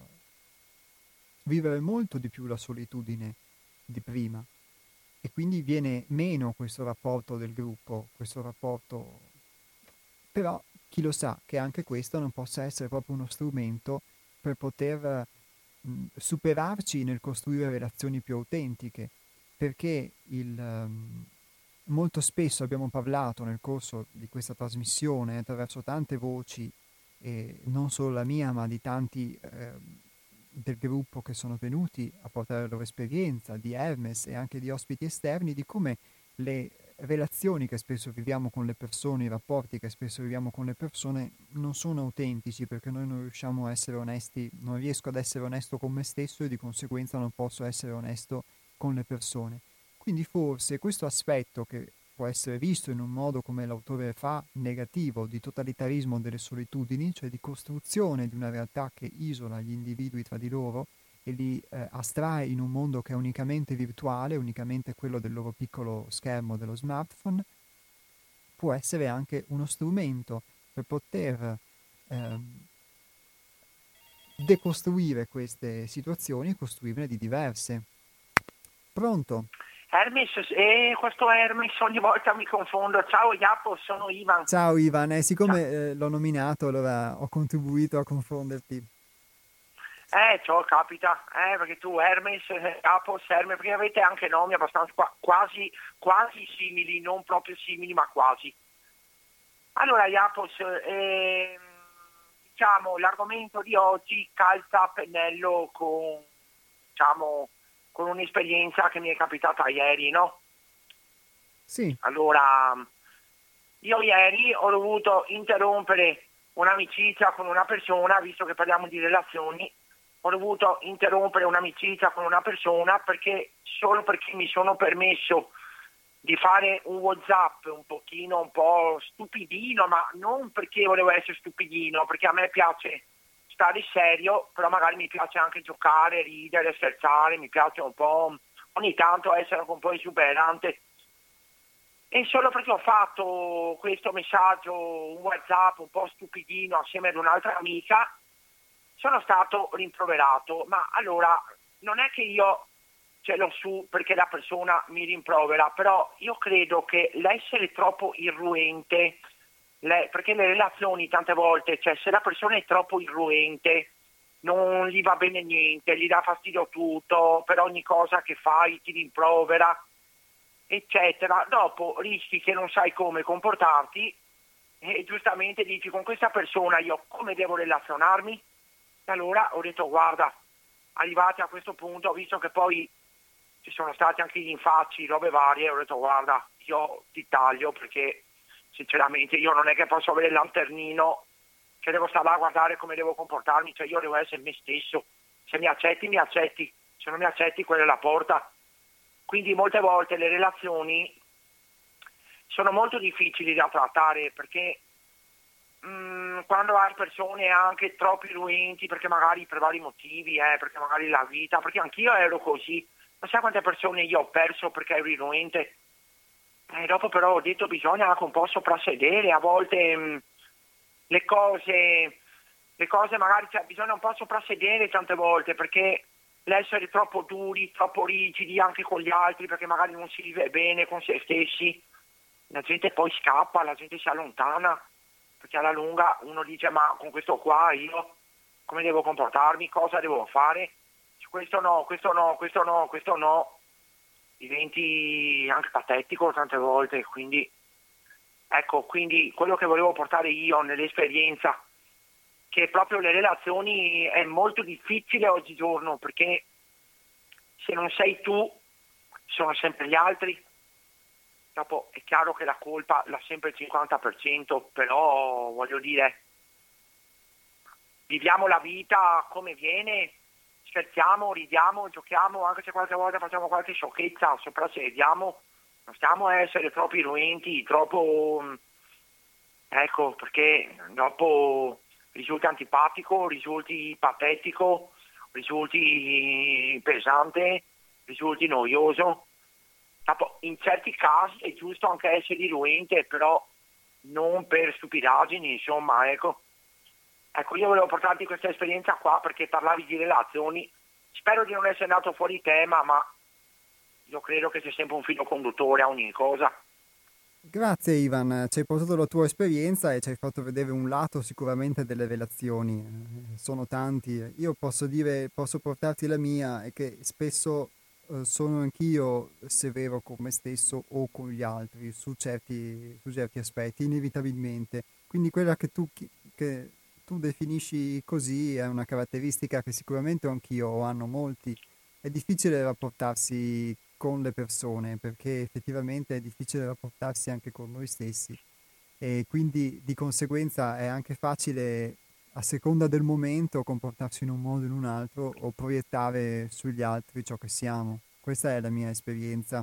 vivere molto di più la solitudine di prima, e quindi viene meno questo rapporto del gruppo, questo rapporto. Però chi lo sa che anche questo non possa essere proprio uno strumento per poter superarci nel costruire relazioni più autentiche, perché molto spesso abbiamo parlato nel corso di questa trasmissione, attraverso tante voci, e non solo la mia, ma di tanti del gruppo che sono venuti a portare la loro esperienza, di Hermes e anche di ospiti esterni, di come le relazioni che spesso viviamo con le persone, i rapporti che spesso viviamo con le persone, non sono autentici, perché noi non riusciamo a essere onesti, non riesco ad essere onesto con me stesso, e di conseguenza non posso essere onesto con le persone. Quindi forse questo aspetto, che può essere visto in un modo, come l'autore fa, negativo, di totalitarismo delle solitudini, cioè di costruzione di una realtà che isola gli individui tra di loro e li astrae in un mondo che è unicamente virtuale, unicamente quello del loro piccolo schermo dello smartphone, può essere anche uno strumento per poter decostruire queste situazioni e costruirne di diverse. Pronto? Hermes, questo Hermes ogni volta mi confondo. Ciao Jacopo, sono Ivan. Ciao Ivan, siccome Ciao. l'ho nominato, allora ho contribuito a confonderti. Ciò capita, perché tu Hermes, Jacopo, Hermes, perché avete anche nomi abbastanza quasi simili, non proprio simili, ma quasi. Allora Jacopo, diciamo, l'argomento di oggi calza a pennello con, diciamo, con un'esperienza che mi è capitata ieri, no? Sì. Allora, io ieri ho dovuto interrompere un'amicizia con una persona, visto che parliamo di relazioni, ho dovuto interrompere un'amicizia con una persona solo perché mi sono permesso di fare un WhatsApp un po' stupidino, ma non perché volevo essere stupidino, perché a me piace stare serio, però magari mi piace anche giocare, ridere, scherzare, mi piace un po' ogni tanto essere anche un po' esuberante. E solo perché ho fatto questo messaggio, un WhatsApp un po' stupidino assieme ad un'altra amica, sono stato rimproverato. Ma allora, non è che io ce l'ho su perché la persona mi rimprovera, però io credo che l'essere troppo irruente, perché le relazioni tante volte, cioè se la persona è troppo irruente, non gli va bene niente, gli dà fastidio tutto, per ogni cosa che fai ti rimprovera, eccetera, dopo rischi che non sai come comportarti e giustamente dici con questa persona io come devo relazionarmi? E allora ho detto guarda, arrivati a questo punto, visto che poi ci sono stati anche gli infacci, robe varie, ho detto guarda, io ti taglio perché sinceramente io non è che posso avere il lanternino che devo stare là a guardare come devo comportarmi, cioè io devo essere me stesso, se mi accetti, se non mi accetti quella è la porta. Quindi molte volte le relazioni sono molto difficili da trattare perché quando hai persone anche troppo irruenti, perché magari per vari motivi, perché magari la vita, perché anch'io ero così, non sai quante persone io ho perso perché ero irruente. Dopo però ho detto bisogna anche un po' soprassedere, a volte le cose magari bisogna un po' soprassedere tante volte perché l'essere troppo duri, troppo rigidi anche con gli altri perché magari non si vive bene con se stessi, la gente poi scappa, la gente si allontana perché alla lunga uno dice ma con questo qua io come devo comportarmi, cosa devo fare, questo no, diventi anche patetico tante volte, quindi ecco, quindi quello che volevo portare io nell'esperienza, che proprio le relazioni è molto difficile oggigiorno, perché se non sei tu, sono sempre gli altri. Dopo è chiaro che la colpa l'ha sempre il 50%, però voglio dire, viviamo la vita come viene, scherziamo, ridiamo, giochiamo, anche se qualche volta facciamo qualche sciocchezza, soprassediamo. Non stiamo a essere troppo irruenti, troppo, ecco, perché dopo risulti antipatico, risulti patetico, risulti pesante, risulti noioso. Dopo, in certi casi è giusto anche essere irruente, però non per stupidaggini, insomma, ecco. Ecco, io volevo portarti questa esperienza qua perché parlavi di relazioni. Spero di non essere andato fuori tema, ma io credo che sia sempre un filo conduttore a ogni cosa. Grazie Ivan, ci hai portato la tua esperienza e ci hai fatto vedere un lato sicuramente delle relazioni. Sono tanti. Io posso portarti la mia, è che spesso sono anch'io severo con me stesso o con gli altri su certi aspetti, inevitabilmente. Quindi quella che tu definisci così è una caratteristica che sicuramente anch'io hanno molti. È difficile rapportarsi con le persone perché effettivamente è difficile rapportarsi anche con noi stessi e quindi di conseguenza è anche facile a seconda del momento comportarsi in un modo o in un altro o proiettare sugli altri ciò che siamo. Questa è la mia esperienza.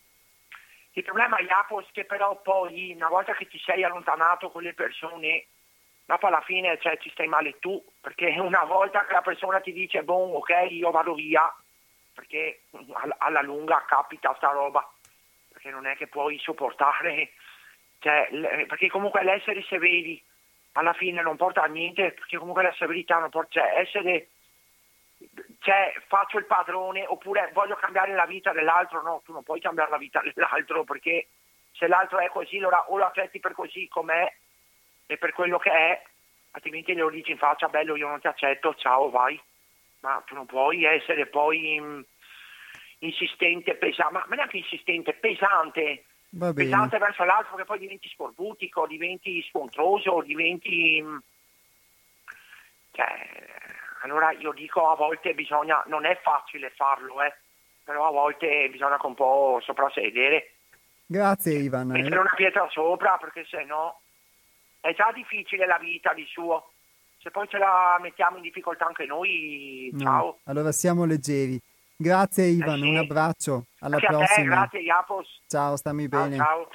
Il problema, Jacopo, è che però poi una volta che ti sei allontanato con le persone, dopo alla fine ci stai male tu, perché una volta che la persona ti dice boh, ok, io vado via, perché alla lunga capita sta roba, perché non è che puoi sopportare, perché comunque l'essere severi alla fine non porta a niente, perché comunque la severità non porta, faccio il padrone oppure voglio cambiare la vita dell'altro, no, tu non puoi cambiare la vita dell'altro perché se l'altro è così allora o lo accetti per così com'è e per quello che è, altrimenti glielo dici in faccia, bello io non ti accetto, ciao, vai. Ma tu non puoi essere poi insistente, pesante, ma neanche insistente, pesante verso l'altro, che poi diventi scorbutico, diventi scontroso, diventi... allora io dico a volte bisogna, non è facile farlo, però a volte bisogna anche un po' soprassedere. Grazie Ivan. Mettere una pietra sopra, perché se no è già difficile la vita di suo. Se poi ce la mettiamo in difficoltà anche noi, ciao. No, allora siamo leggeri. Grazie Ivan, sì. Un abbraccio, alla anche prossima. A te, grazie Iapos. Ciao, stammi bene. Ciao.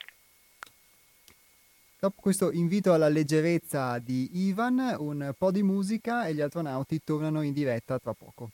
Dopo questo invito alla leggerezza di Ivan, un po' di musica e gli astronauti tornano in diretta tra poco.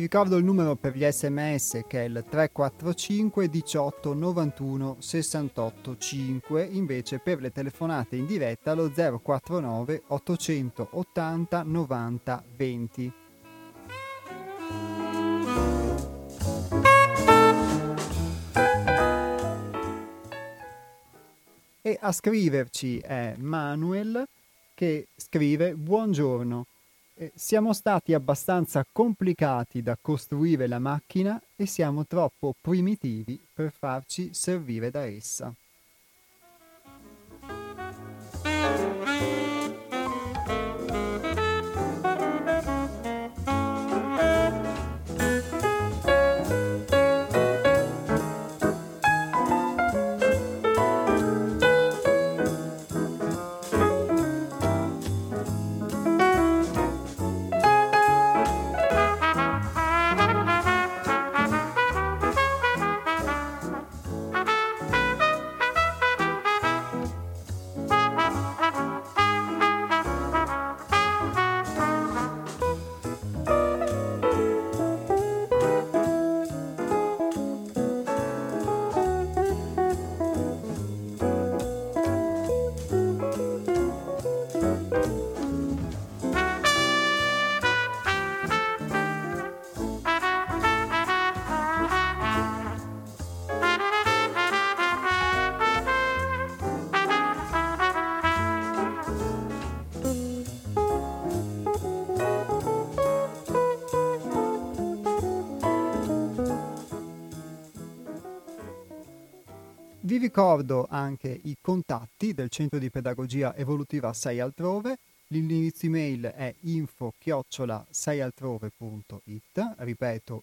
ricordo il numero per gli SMS, che è il 345 18 91 68 5, invece per le telefonate in diretta lo 049 880 90 20. E a scriverci è Manuel, che scrive: buongiorno, siamo stati abbastanza complicati da costruire la macchina e siamo troppo primitivi per farci servire da essa. Vi ricordo anche i contatti del Centro di Pedagogia Evolutiva 6 Altrove. L'indirizzo email è info@6altrove.it, ripeto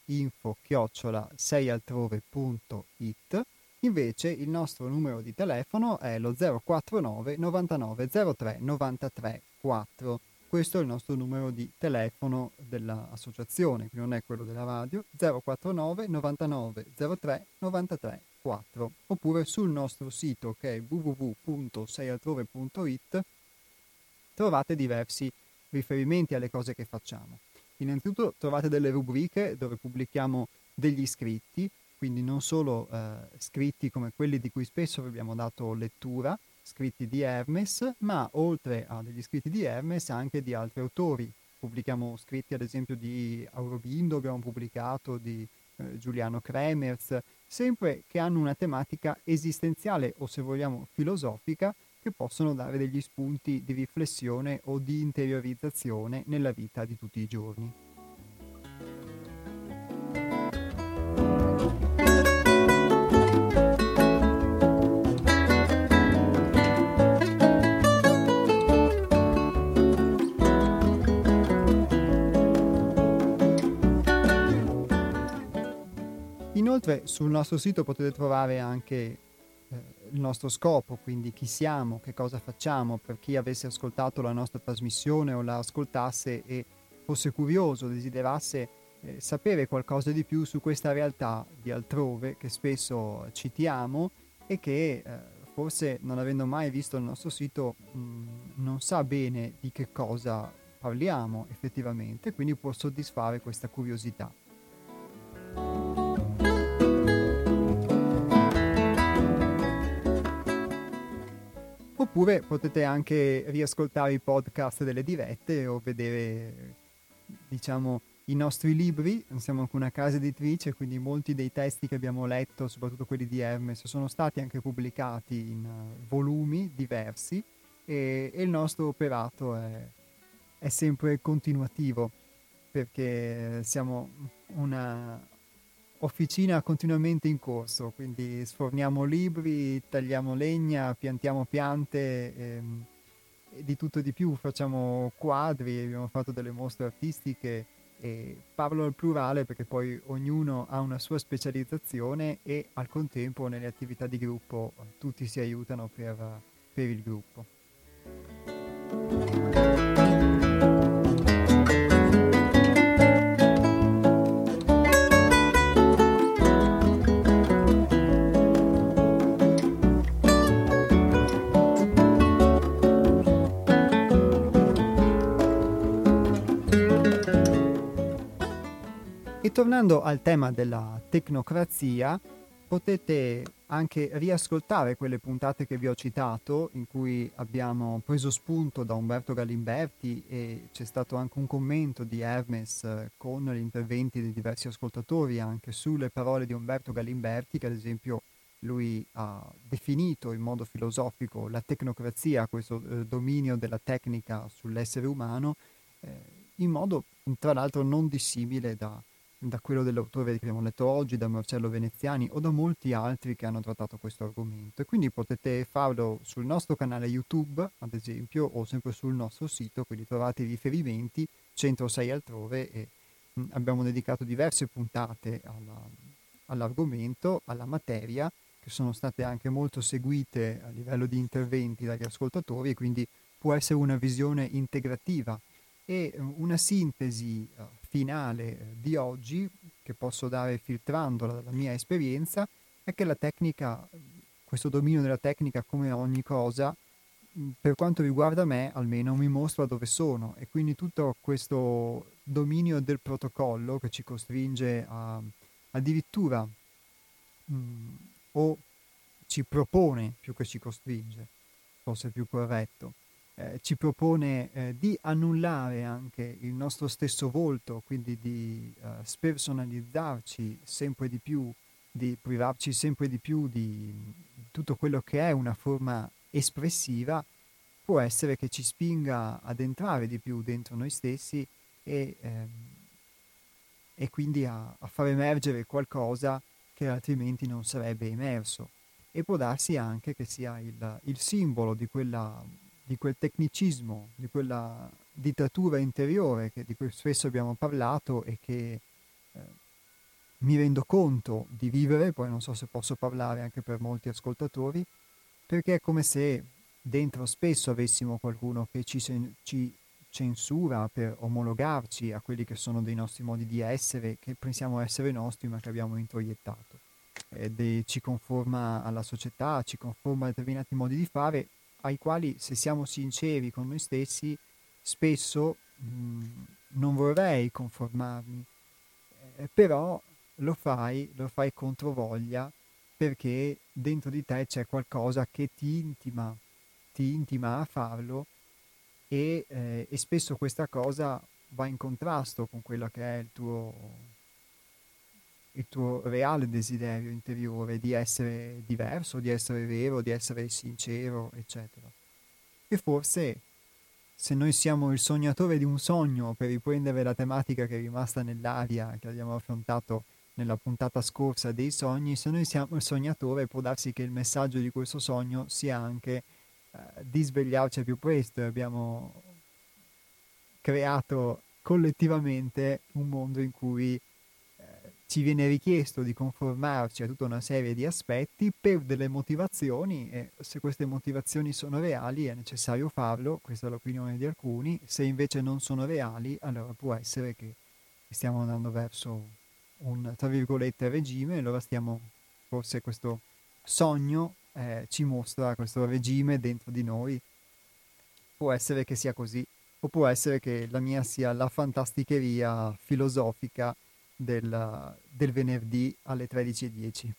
info@6altrove.it. Invece il nostro numero di telefono è lo 049 99 03 93 4. Questo è il nostro numero di telefono dell'associazione, che non è quello della radio, 049 99 03 93 4. Oppure sul nostro sito, che è www.seialtrove.it, trovate diversi riferimenti alle cose che facciamo. Innanzitutto trovate delle rubriche dove pubblichiamo degli scritti, quindi non solo scritti come quelli di cui spesso vi abbiamo dato lettura, scritti di Hermes, ma oltre a degli scritti di Hermes anche di altri autori. Pubblichiamo scritti ad esempio di Aurobindo, abbiamo pubblicato di Giuliano Kremers, sempre che hanno una tematica esistenziale o, se vogliamo, filosofica, che possono dare degli spunti di riflessione o di interiorizzazione nella vita di tutti i giorni. Inoltre sul nostro sito potete trovare anche il nostro scopo, quindi chi siamo, che cosa facciamo, per chi avesse ascoltato la nostra trasmissione o la ascoltasse e fosse curioso, desiderasse sapere qualcosa di più su questa realtà di altrove che spesso citiamo e che forse, non avendo mai visto il nostro sito, non sa bene di che cosa parliamo effettivamente, quindi può soddisfare questa curiosità. Oppure potete anche riascoltare i podcast delle dirette o vedere, diciamo, i nostri libri. Siamo anche una casa editrice, quindi molti dei testi che abbiamo letto, soprattutto quelli di Hermes, sono stati anche pubblicati in volumi diversi e il nostro operato è sempre continuativo, perché siamo una officina continuamente in corso, quindi sforniamo libri, tagliamo legna, piantiamo piante e di tutto e di più, facciamo quadri, abbiamo fatto delle mostre artistiche e parlo al plurale perché poi ognuno ha una sua specializzazione e al contempo nelle attività di gruppo tutti si aiutano per il gruppo. Ritornando al tema della tecnocrazia, potete anche riascoltare quelle puntate che vi ho citato, in cui abbiamo preso spunto da Umberto Galimberti e c'è stato anche un commento di Hermes con gli interventi di diversi ascoltatori anche sulle parole di Umberto Galimberti, che ad esempio lui ha definito in modo filosofico la tecnocrazia, questo dominio della tecnica sull'essere umano, in modo tra l'altro non dissimile da quello dell'autore che abbiamo letto oggi, da Marcello Veneziani o da molti altri che hanno trattato questo argomento. E quindi potete farlo sul nostro canale YouTube, ad esempio, o sempre sul nostro sito, quindi trovate i riferimenti, Centro 6 altrove, e abbiamo dedicato diverse puntate all'argomento, alla materia, che sono state anche molto seguite a livello di interventi dagli ascoltatori, e quindi può essere una visione integrativa. E una sintesi finale di oggi, che posso dare filtrandola dalla mia esperienza, è che la tecnica, questo dominio della tecnica, come ogni cosa, per quanto riguarda me almeno, mi mostra dove sono, e quindi tutto questo dominio del protocollo che ci costringe a addirittura o ci propone, più che ci costringe, forse è più corretto, ci propone di annullare anche il nostro stesso volto, quindi di spersonalizzarci sempre di più, di privarci sempre di più di tutto quello che è una forma espressiva, può essere che ci spinga ad entrare di più dentro noi stessi e quindi a far emergere qualcosa che altrimenti non sarebbe emerso. E può darsi anche che sia il simbolo di quel tecnicismo, di quella dittatura interiore di cui spesso abbiamo parlato e che mi rendo conto di vivere, poi non so se posso parlare anche per molti ascoltatori, perché è come se dentro spesso avessimo qualcuno che ci censura per omologarci a quelli che sono dei nostri modi di essere, che pensiamo essere nostri ma che abbiamo introiettato. Ci conforma alla società, ci conforma a determinati modi di fare, ai quali, se siamo sinceri con noi stessi, spesso non vorrei conformarmi, però lo fai controvoglia, perché dentro di te c'è qualcosa che ti intima a farlo, e spesso questa cosa va in contrasto con quello che è il tuo reale desiderio interiore di essere diverso, di essere vero, di essere sincero, eccetera. E forse, se noi siamo il sognatore di un sogno, per riprendere la tematica che è rimasta nell'aria, che abbiamo affrontato nella puntata scorsa dei sogni, se noi siamo il sognatore, può darsi che il messaggio di questo sogno sia anche di svegliarci al più presto. Abbiamo creato collettivamente un mondo in cui ci viene richiesto di conformarci a tutta una serie di aspetti per delle motivazioni, e se queste motivazioni sono reali è necessario farlo, questa è l'opinione di alcuni. Se invece non sono reali, allora può essere che stiamo andando verso un, tra virgolette, regime, allora forse questo sogno ci mostra questo regime dentro di noi. Può essere che sia così, o può essere che la mia sia la fantasticheria filosofica del venerdì alle 13:10.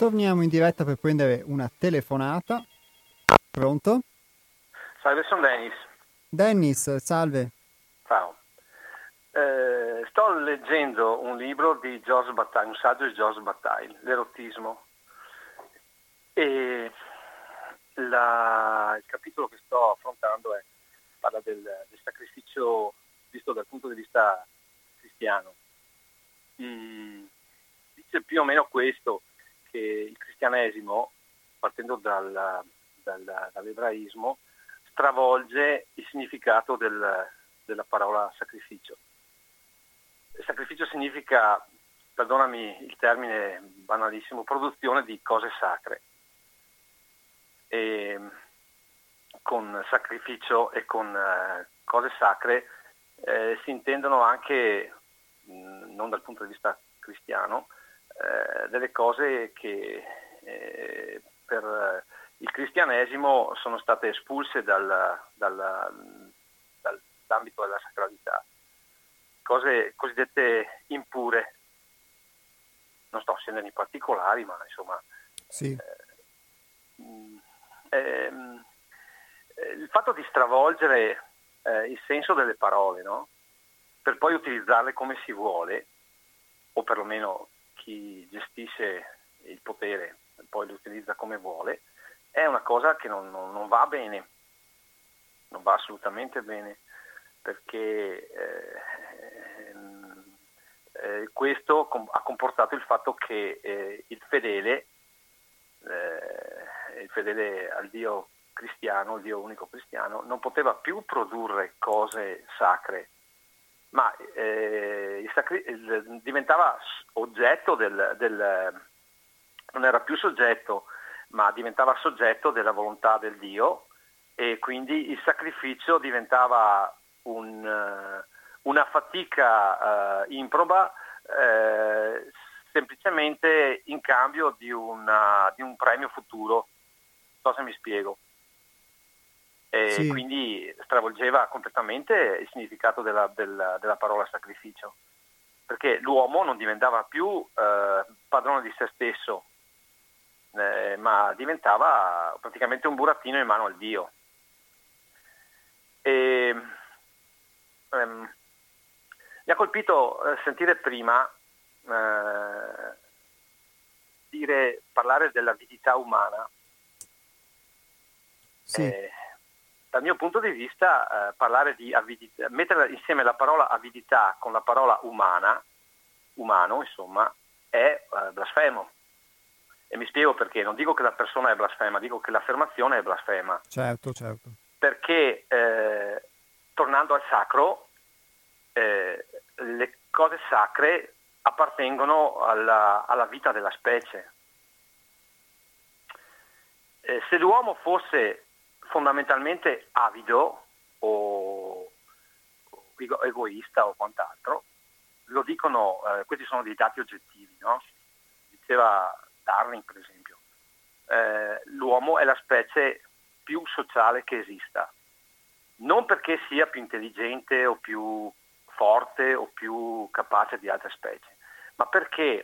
torniamo in diretta per prendere una telefonata. Pronto? Salve, sono Dennis. Dennis, salve. Ciao. Sto leggendo un libro di George Bataille, un saggio di George Bataille, L'erotismo. E il capitolo che sto affrontando parla del sacrificio visto dal punto di vista cristiano. Dice più o meno questo, che il cristianesimo, partendo dall'ebraismo, stravolge il significato della parola sacrificio. Il sacrificio significa, perdonami il termine banalissimo, produzione di cose sacre. E con sacrificio e con cose sacre si intendono anche, non dal punto di vista cristiano, delle cose che per il cristianesimo sono state espulse dall'ambito della sacralità, cose cosiddette impure. Non sto scendendo in particolari, ma insomma sì. Il fatto di stravolgere il senso delle parole, no? Per poi utilizzarle come si vuole, o perlomeno chi gestisce il potere poi le utilizza come vuole, è una cosa che non va bene, non va assolutamente bene, perché questo ha comportato il fatto che il fedele al Dio cristiano, il Dio unico cristiano, non poteva più produrre cose sacre, ma diventava oggetto non era più soggetto, ma diventava soggetto della volontà del Dio, e quindi il sacrificio diventava una fatica improba, semplicemente in cambio di un premio futuro. Non so se mi spiego. Sì. Quindi stravolgeva completamente il significato della parola sacrificio, perché l'uomo non diventava più padrone di se stesso, ma diventava praticamente un burattino in mano al Dio. Mi ha colpito sentire prima parlare dell'avidità umana. Sì. Dal mio punto di vista, parlare di avidità, mettere insieme la parola avidità con la parola umano, insomma, è blasfemo. E mi spiego perché. Non dico che la persona è blasfema, dico che l'affermazione è blasfema. Certo. Perché, tornando al sacro, le cose sacre appartengono alla vita della specie. Se l'uomo fosse fondamentalmente avido o egoista o quant'altro, lo dicono, questi sono dei dati oggettivi, no? Diceva Darwin, per esempio, l'uomo è la specie più sociale che esista, non perché sia più intelligente o più forte o più capace di altre specie, ma perché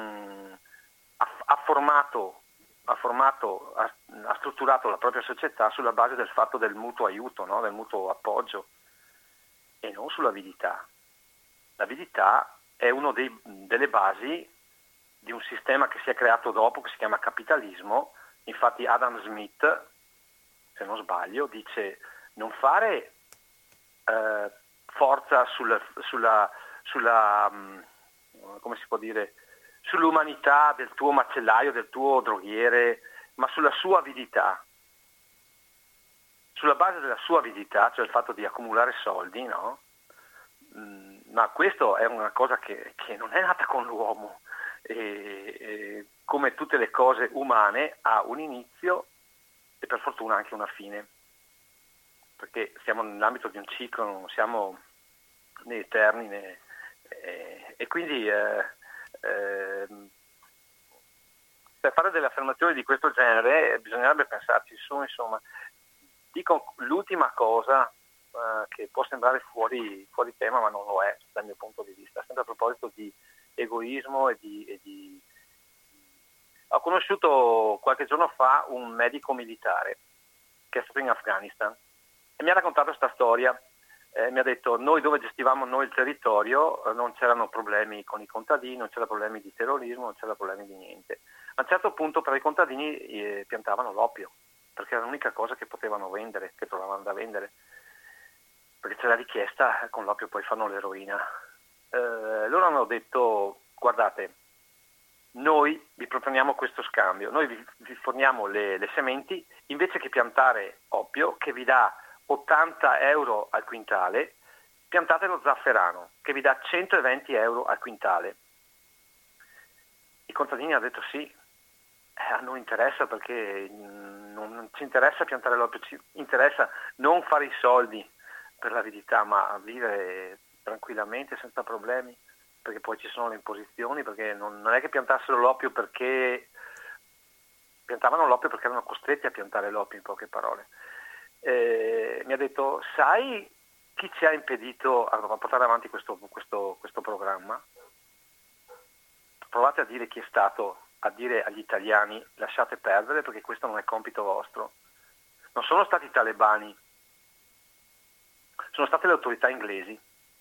ha strutturato la propria società sulla base del fatto del mutuo aiuto, no? Del mutuo appoggio, e non sull'avidità. L'avidità è una delle basi di un sistema che si è creato dopo, che si chiama capitalismo. Infatti Adam Smith, se non sbaglio, dice: non fare forza sulla come si può dire, sull'umanità del tuo macellaio, del tuo droghiere, ma sulla sua avidità. Sulla base della sua avidità, cioè il fatto di accumulare soldi, no? Ma questo è una cosa che non è nata con l'uomo. E come tutte le cose umane ha un inizio e per fortuna anche una fine, perché siamo nell'ambito di un ciclo, non siamo né eterni e quindi per fare delle affermazioni di questo genere bisognerebbe pensarci su. Insomma, dico l'ultima cosa che può sembrare fuori tema, ma non lo è dal mio punto di vista, sempre a proposito di egoismo e di Ho conosciuto qualche giorno fa un medico militare che è stato in Afghanistan e mi ha raccontato questa storia. Mi ha detto: noi dove gestivamo noi il territorio non c'erano problemi con i contadini, non c'erano problemi di terrorismo, non c'erano problemi di niente. A un certo punto per i contadini piantavano l'oppio, perché era l'unica cosa che potevano vendere, che trovavano da vendere, perché c'è la richiesta, con l'oppio poi fanno l'eroina. Loro hanno detto: guardate, noi vi proponiamo questo scambio, noi vi forniamo le sementi, invece che piantare oppio che vi dà 80 euro al quintale, piantate lo zafferano che vi dà 120 euro al quintale. I contadini hanno detto sì, a noi interessa, perché non ci interessa piantare l'oppio, ci interessa non fare i soldi, per l'aridità, ma vivere tranquillamente senza problemi, perché poi ci sono le imposizioni, perché non è che piantassero l'oppio perché piantavano l'oppio perché erano costretti a piantare l'oppio, in poche parole. Mi ha detto: sai chi ci ha impedito a portare avanti questo programma? Provate a dire chi è stato a dire agli italiani: lasciate perdere, perché questo non è compito vostro. Non sono stati i talebani, sono state le autorità inglesi,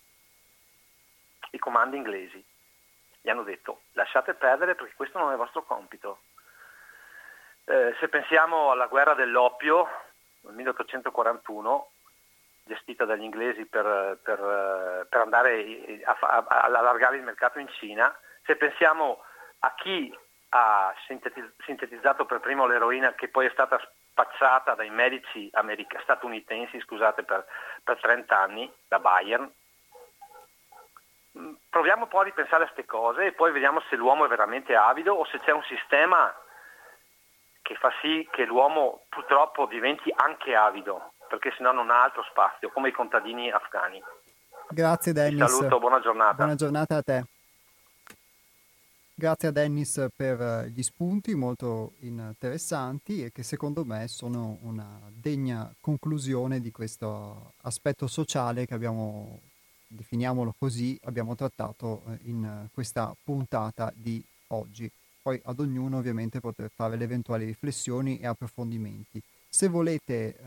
i comandi inglesi. Gli hanno detto: lasciate perdere, perché questo non è il vostro compito. Se pensiamo alla guerra dell'oppio nel 1841, gestita dagli inglesi per andare a allargare il mercato in Cina, se pensiamo a chi ha sintetizzato per primo l'eroina, che poi è stata spacciata dai medici statunitensi, scusate, per 30 anni, da Bayern, proviamo un po' a ripensare a queste cose e poi vediamo se l'uomo è veramente avido o se c'è un sistema che fa sì che l'uomo purtroppo diventi anche avido, perché sennò non ha altro spazio, come i contadini afghani. Grazie Dennis. Ti saluto, buona giornata. Buona giornata a te. Grazie a Dennis per gli spunti molto interessanti e che secondo me sono una degna conclusione di questo aspetto sociale che abbiamo, definiamolo così, abbiamo trattato in questa puntata di oggi. Poi ad ognuno ovviamente poter fare le eventuali riflessioni e approfondimenti. Se volete,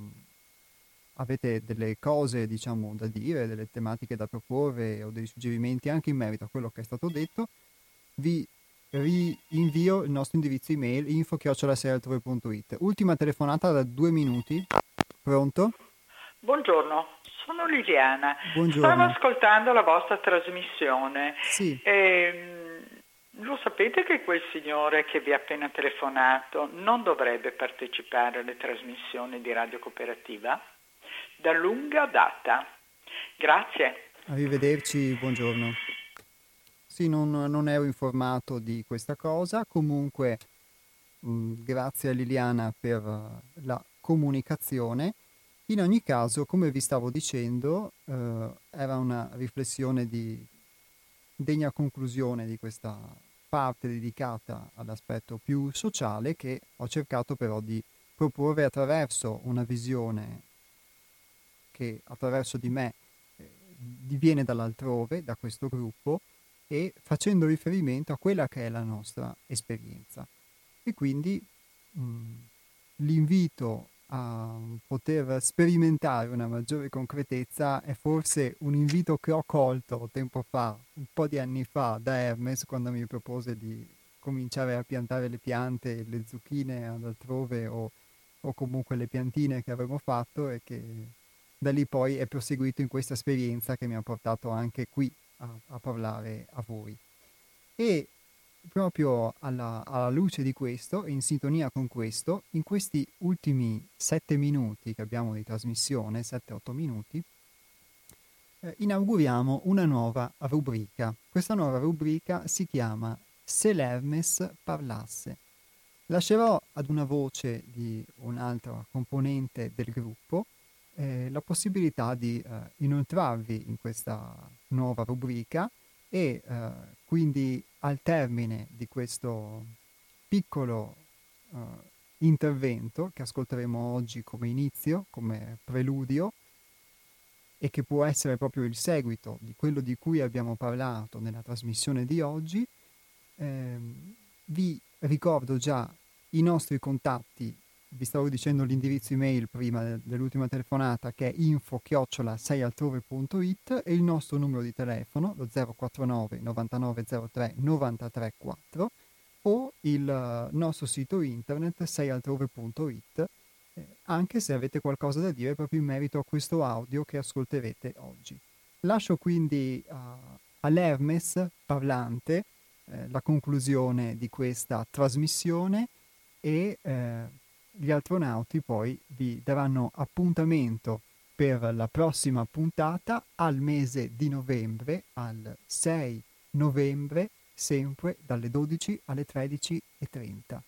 avete delle cose diciamo da dire, delle tematiche da proporre o dei suggerimenti anche in merito a quello che è stato detto, vi rinvio il nostro indirizzo email info@seraltrove.it. Ultima telefonata da 2 minuti. Pronto? Buongiorno, sono Liliana. Buongiorno. Stavo ascoltando la vostra trasmissione. Sì. Lo sapete che quel signore che vi ha appena telefonato non dovrebbe partecipare alle trasmissioni di Radio Cooperativa? Da lunga data. Grazie. Arrivederci, buongiorno. Sì, non ero informato di questa cosa. Comunque, grazie a Liliana per la comunicazione. In ogni caso, come vi stavo dicendo, era una riflessione di degna conclusione di questa parte dedicata all'aspetto più sociale, che ho cercato però di proporre attraverso una visione che attraverso di me diviene dall'altrove, da questo gruppo, e facendo riferimento a quella che è la nostra esperienza. E quindi l'invito a poter sperimentare una maggiore concretezza è forse un invito che ho colto tempo fa, un po' di anni fa, da Hermes, quando mi propose di cominciare a piantare le piante, le zucchine ad altrove o comunque le piantine che avevo fatto, e che da lì poi è proseguito in questa esperienza che mi ha portato anche qui a parlare a voi. E proprio alla luce di questo, in sintonia con questo, in questi ultimi 7 minuti che abbiamo di trasmissione, 7-8 minuti, inauguriamo una nuova rubrica. Questa nuova rubrica si chiama Se l'Hermes parlasse. Lascerò ad una voce di un'altra componente del gruppo la possibilità di inoltrarvi in questa nuova rubrica e quindi al termine di questo piccolo intervento che ascolteremo oggi come inizio, come preludio, e che può essere proprio il seguito di quello di cui abbiamo parlato nella trasmissione di oggi, vi ricordo già i nostri contatti. Vi stavo dicendo l'indirizzo email prima dell'ultima telefonata, che è info@seialtrove.it, e il nostro numero di telefono, lo 049 9903 934, o il nostro sito internet seialtrove.it, anche se avete qualcosa da dire proprio in merito a questo audio che ascolterete oggi. Lascio quindi all'Hermes parlante la conclusione di questa trasmissione, e gli astronauti poi vi daranno appuntamento per la prossima puntata al mese di novembre, al 6 novembre, sempre dalle 12 alle 13:30.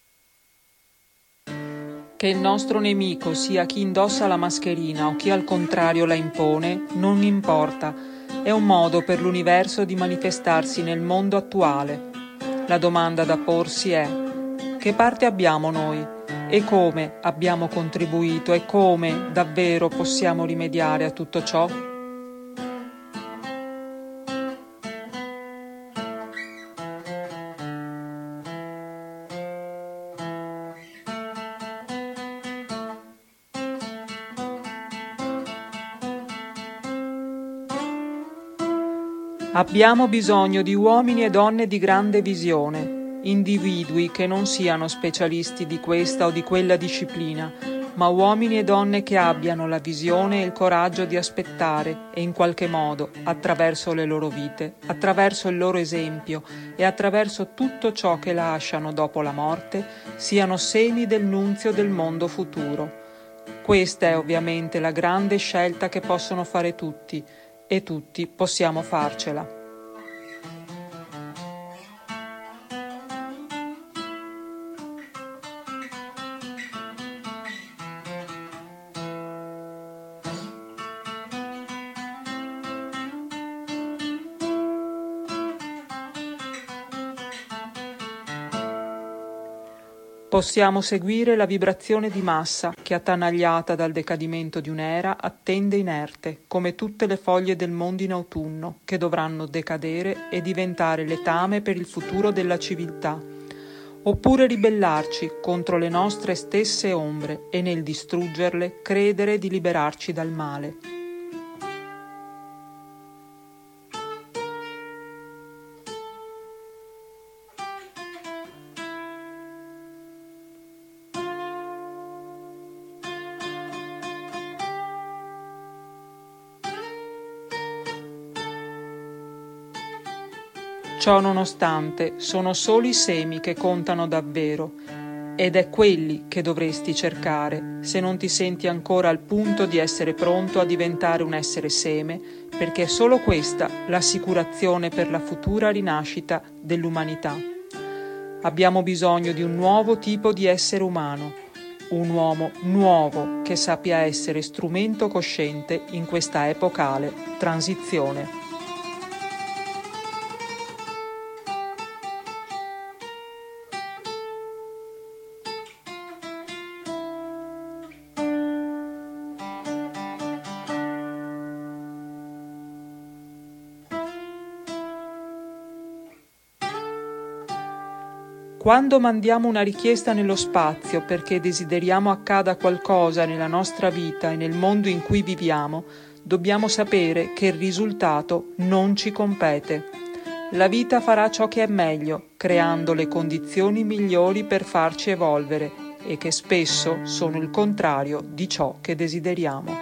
Che il nostro nemico sia chi indossa la mascherina o chi al contrario la impone, non importa. È un modo per l'universo di manifestarsi nel mondo attuale. La domanda da porsi è: che parte abbiamo noi? E come abbiamo contribuito? E come davvero possiamo rimediare a tutto ciò? Abbiamo bisogno di uomini e donne di grande visione, individui che non siano specialisti di questa o di quella disciplina, ma uomini e donne che abbiano la visione e il coraggio di aspettare e in qualche modo, attraverso le loro vite, attraverso il loro esempio e attraverso tutto ciò che lasciano dopo la morte, siano semi del nunzio del mondo futuro. Questa è ovviamente la grande scelta che possono fare tutti, e tutti possiamo farcela. Possiamo seguire la vibrazione di massa che, attanagliata dal decadimento di un'era, attende inerte, come tutte le foglie del mondo in autunno, che dovranno decadere e diventare letame per il futuro della civiltà. Oppure ribellarci contro le nostre stesse ombre e nel distruggerle credere di liberarci dal male. Ciò nonostante, sono solo i semi che contano davvero, ed è quelli che dovresti cercare se non ti senti ancora al punto di essere pronto a diventare un essere seme, perché è solo questa l'assicurazione per la futura rinascita dell'umanità. Abbiamo bisogno di un nuovo tipo di essere umano, un uomo nuovo che sappia essere strumento cosciente in questa epocale transizione. Quando mandiamo una richiesta nello spazio perché desideriamo accada qualcosa nella nostra vita e nel mondo in cui viviamo, dobbiamo sapere che il risultato non ci compete. La vita farà ciò che è meglio, creando le condizioni migliori per farci evolvere e che spesso sono il contrario di ciò che desideriamo.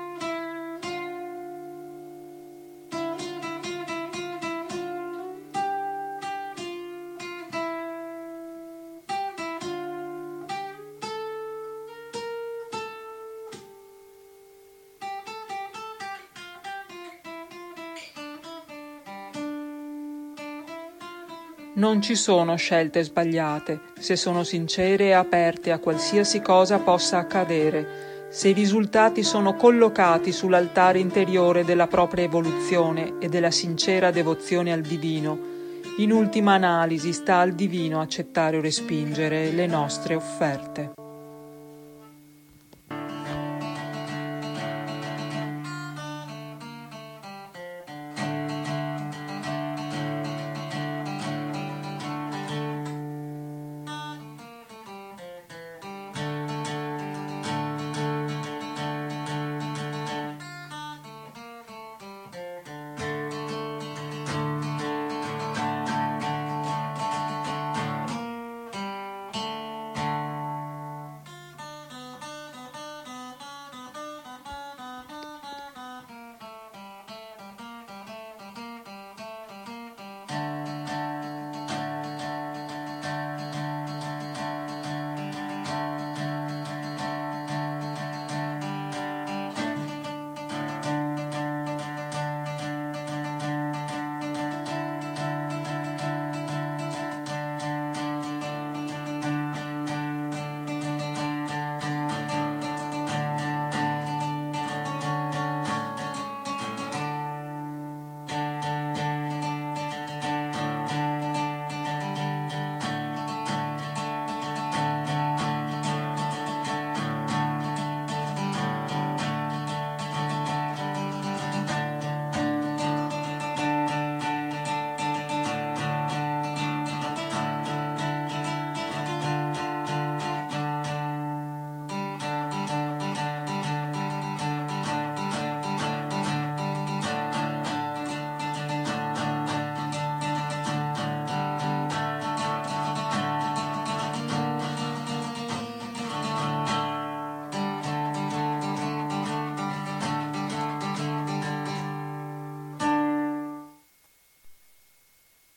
Non ci sono scelte sbagliate, se sono sincere e aperte a qualsiasi cosa possa accadere, se i risultati sono collocati sull'altare interiore della propria evoluzione e della sincera devozione al divino. In ultima analisi sta al divino accettare o respingere le nostre offerte.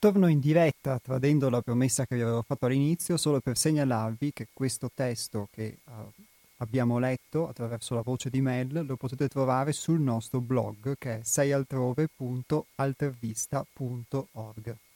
Torno in diretta, tradendo la promessa che vi avevo fatto all'inizio, solo per segnalarvi che questo testo che abbiamo letto attraverso la voce di Mel lo potete trovare sul nostro blog, che è seialtrove.altervista.org.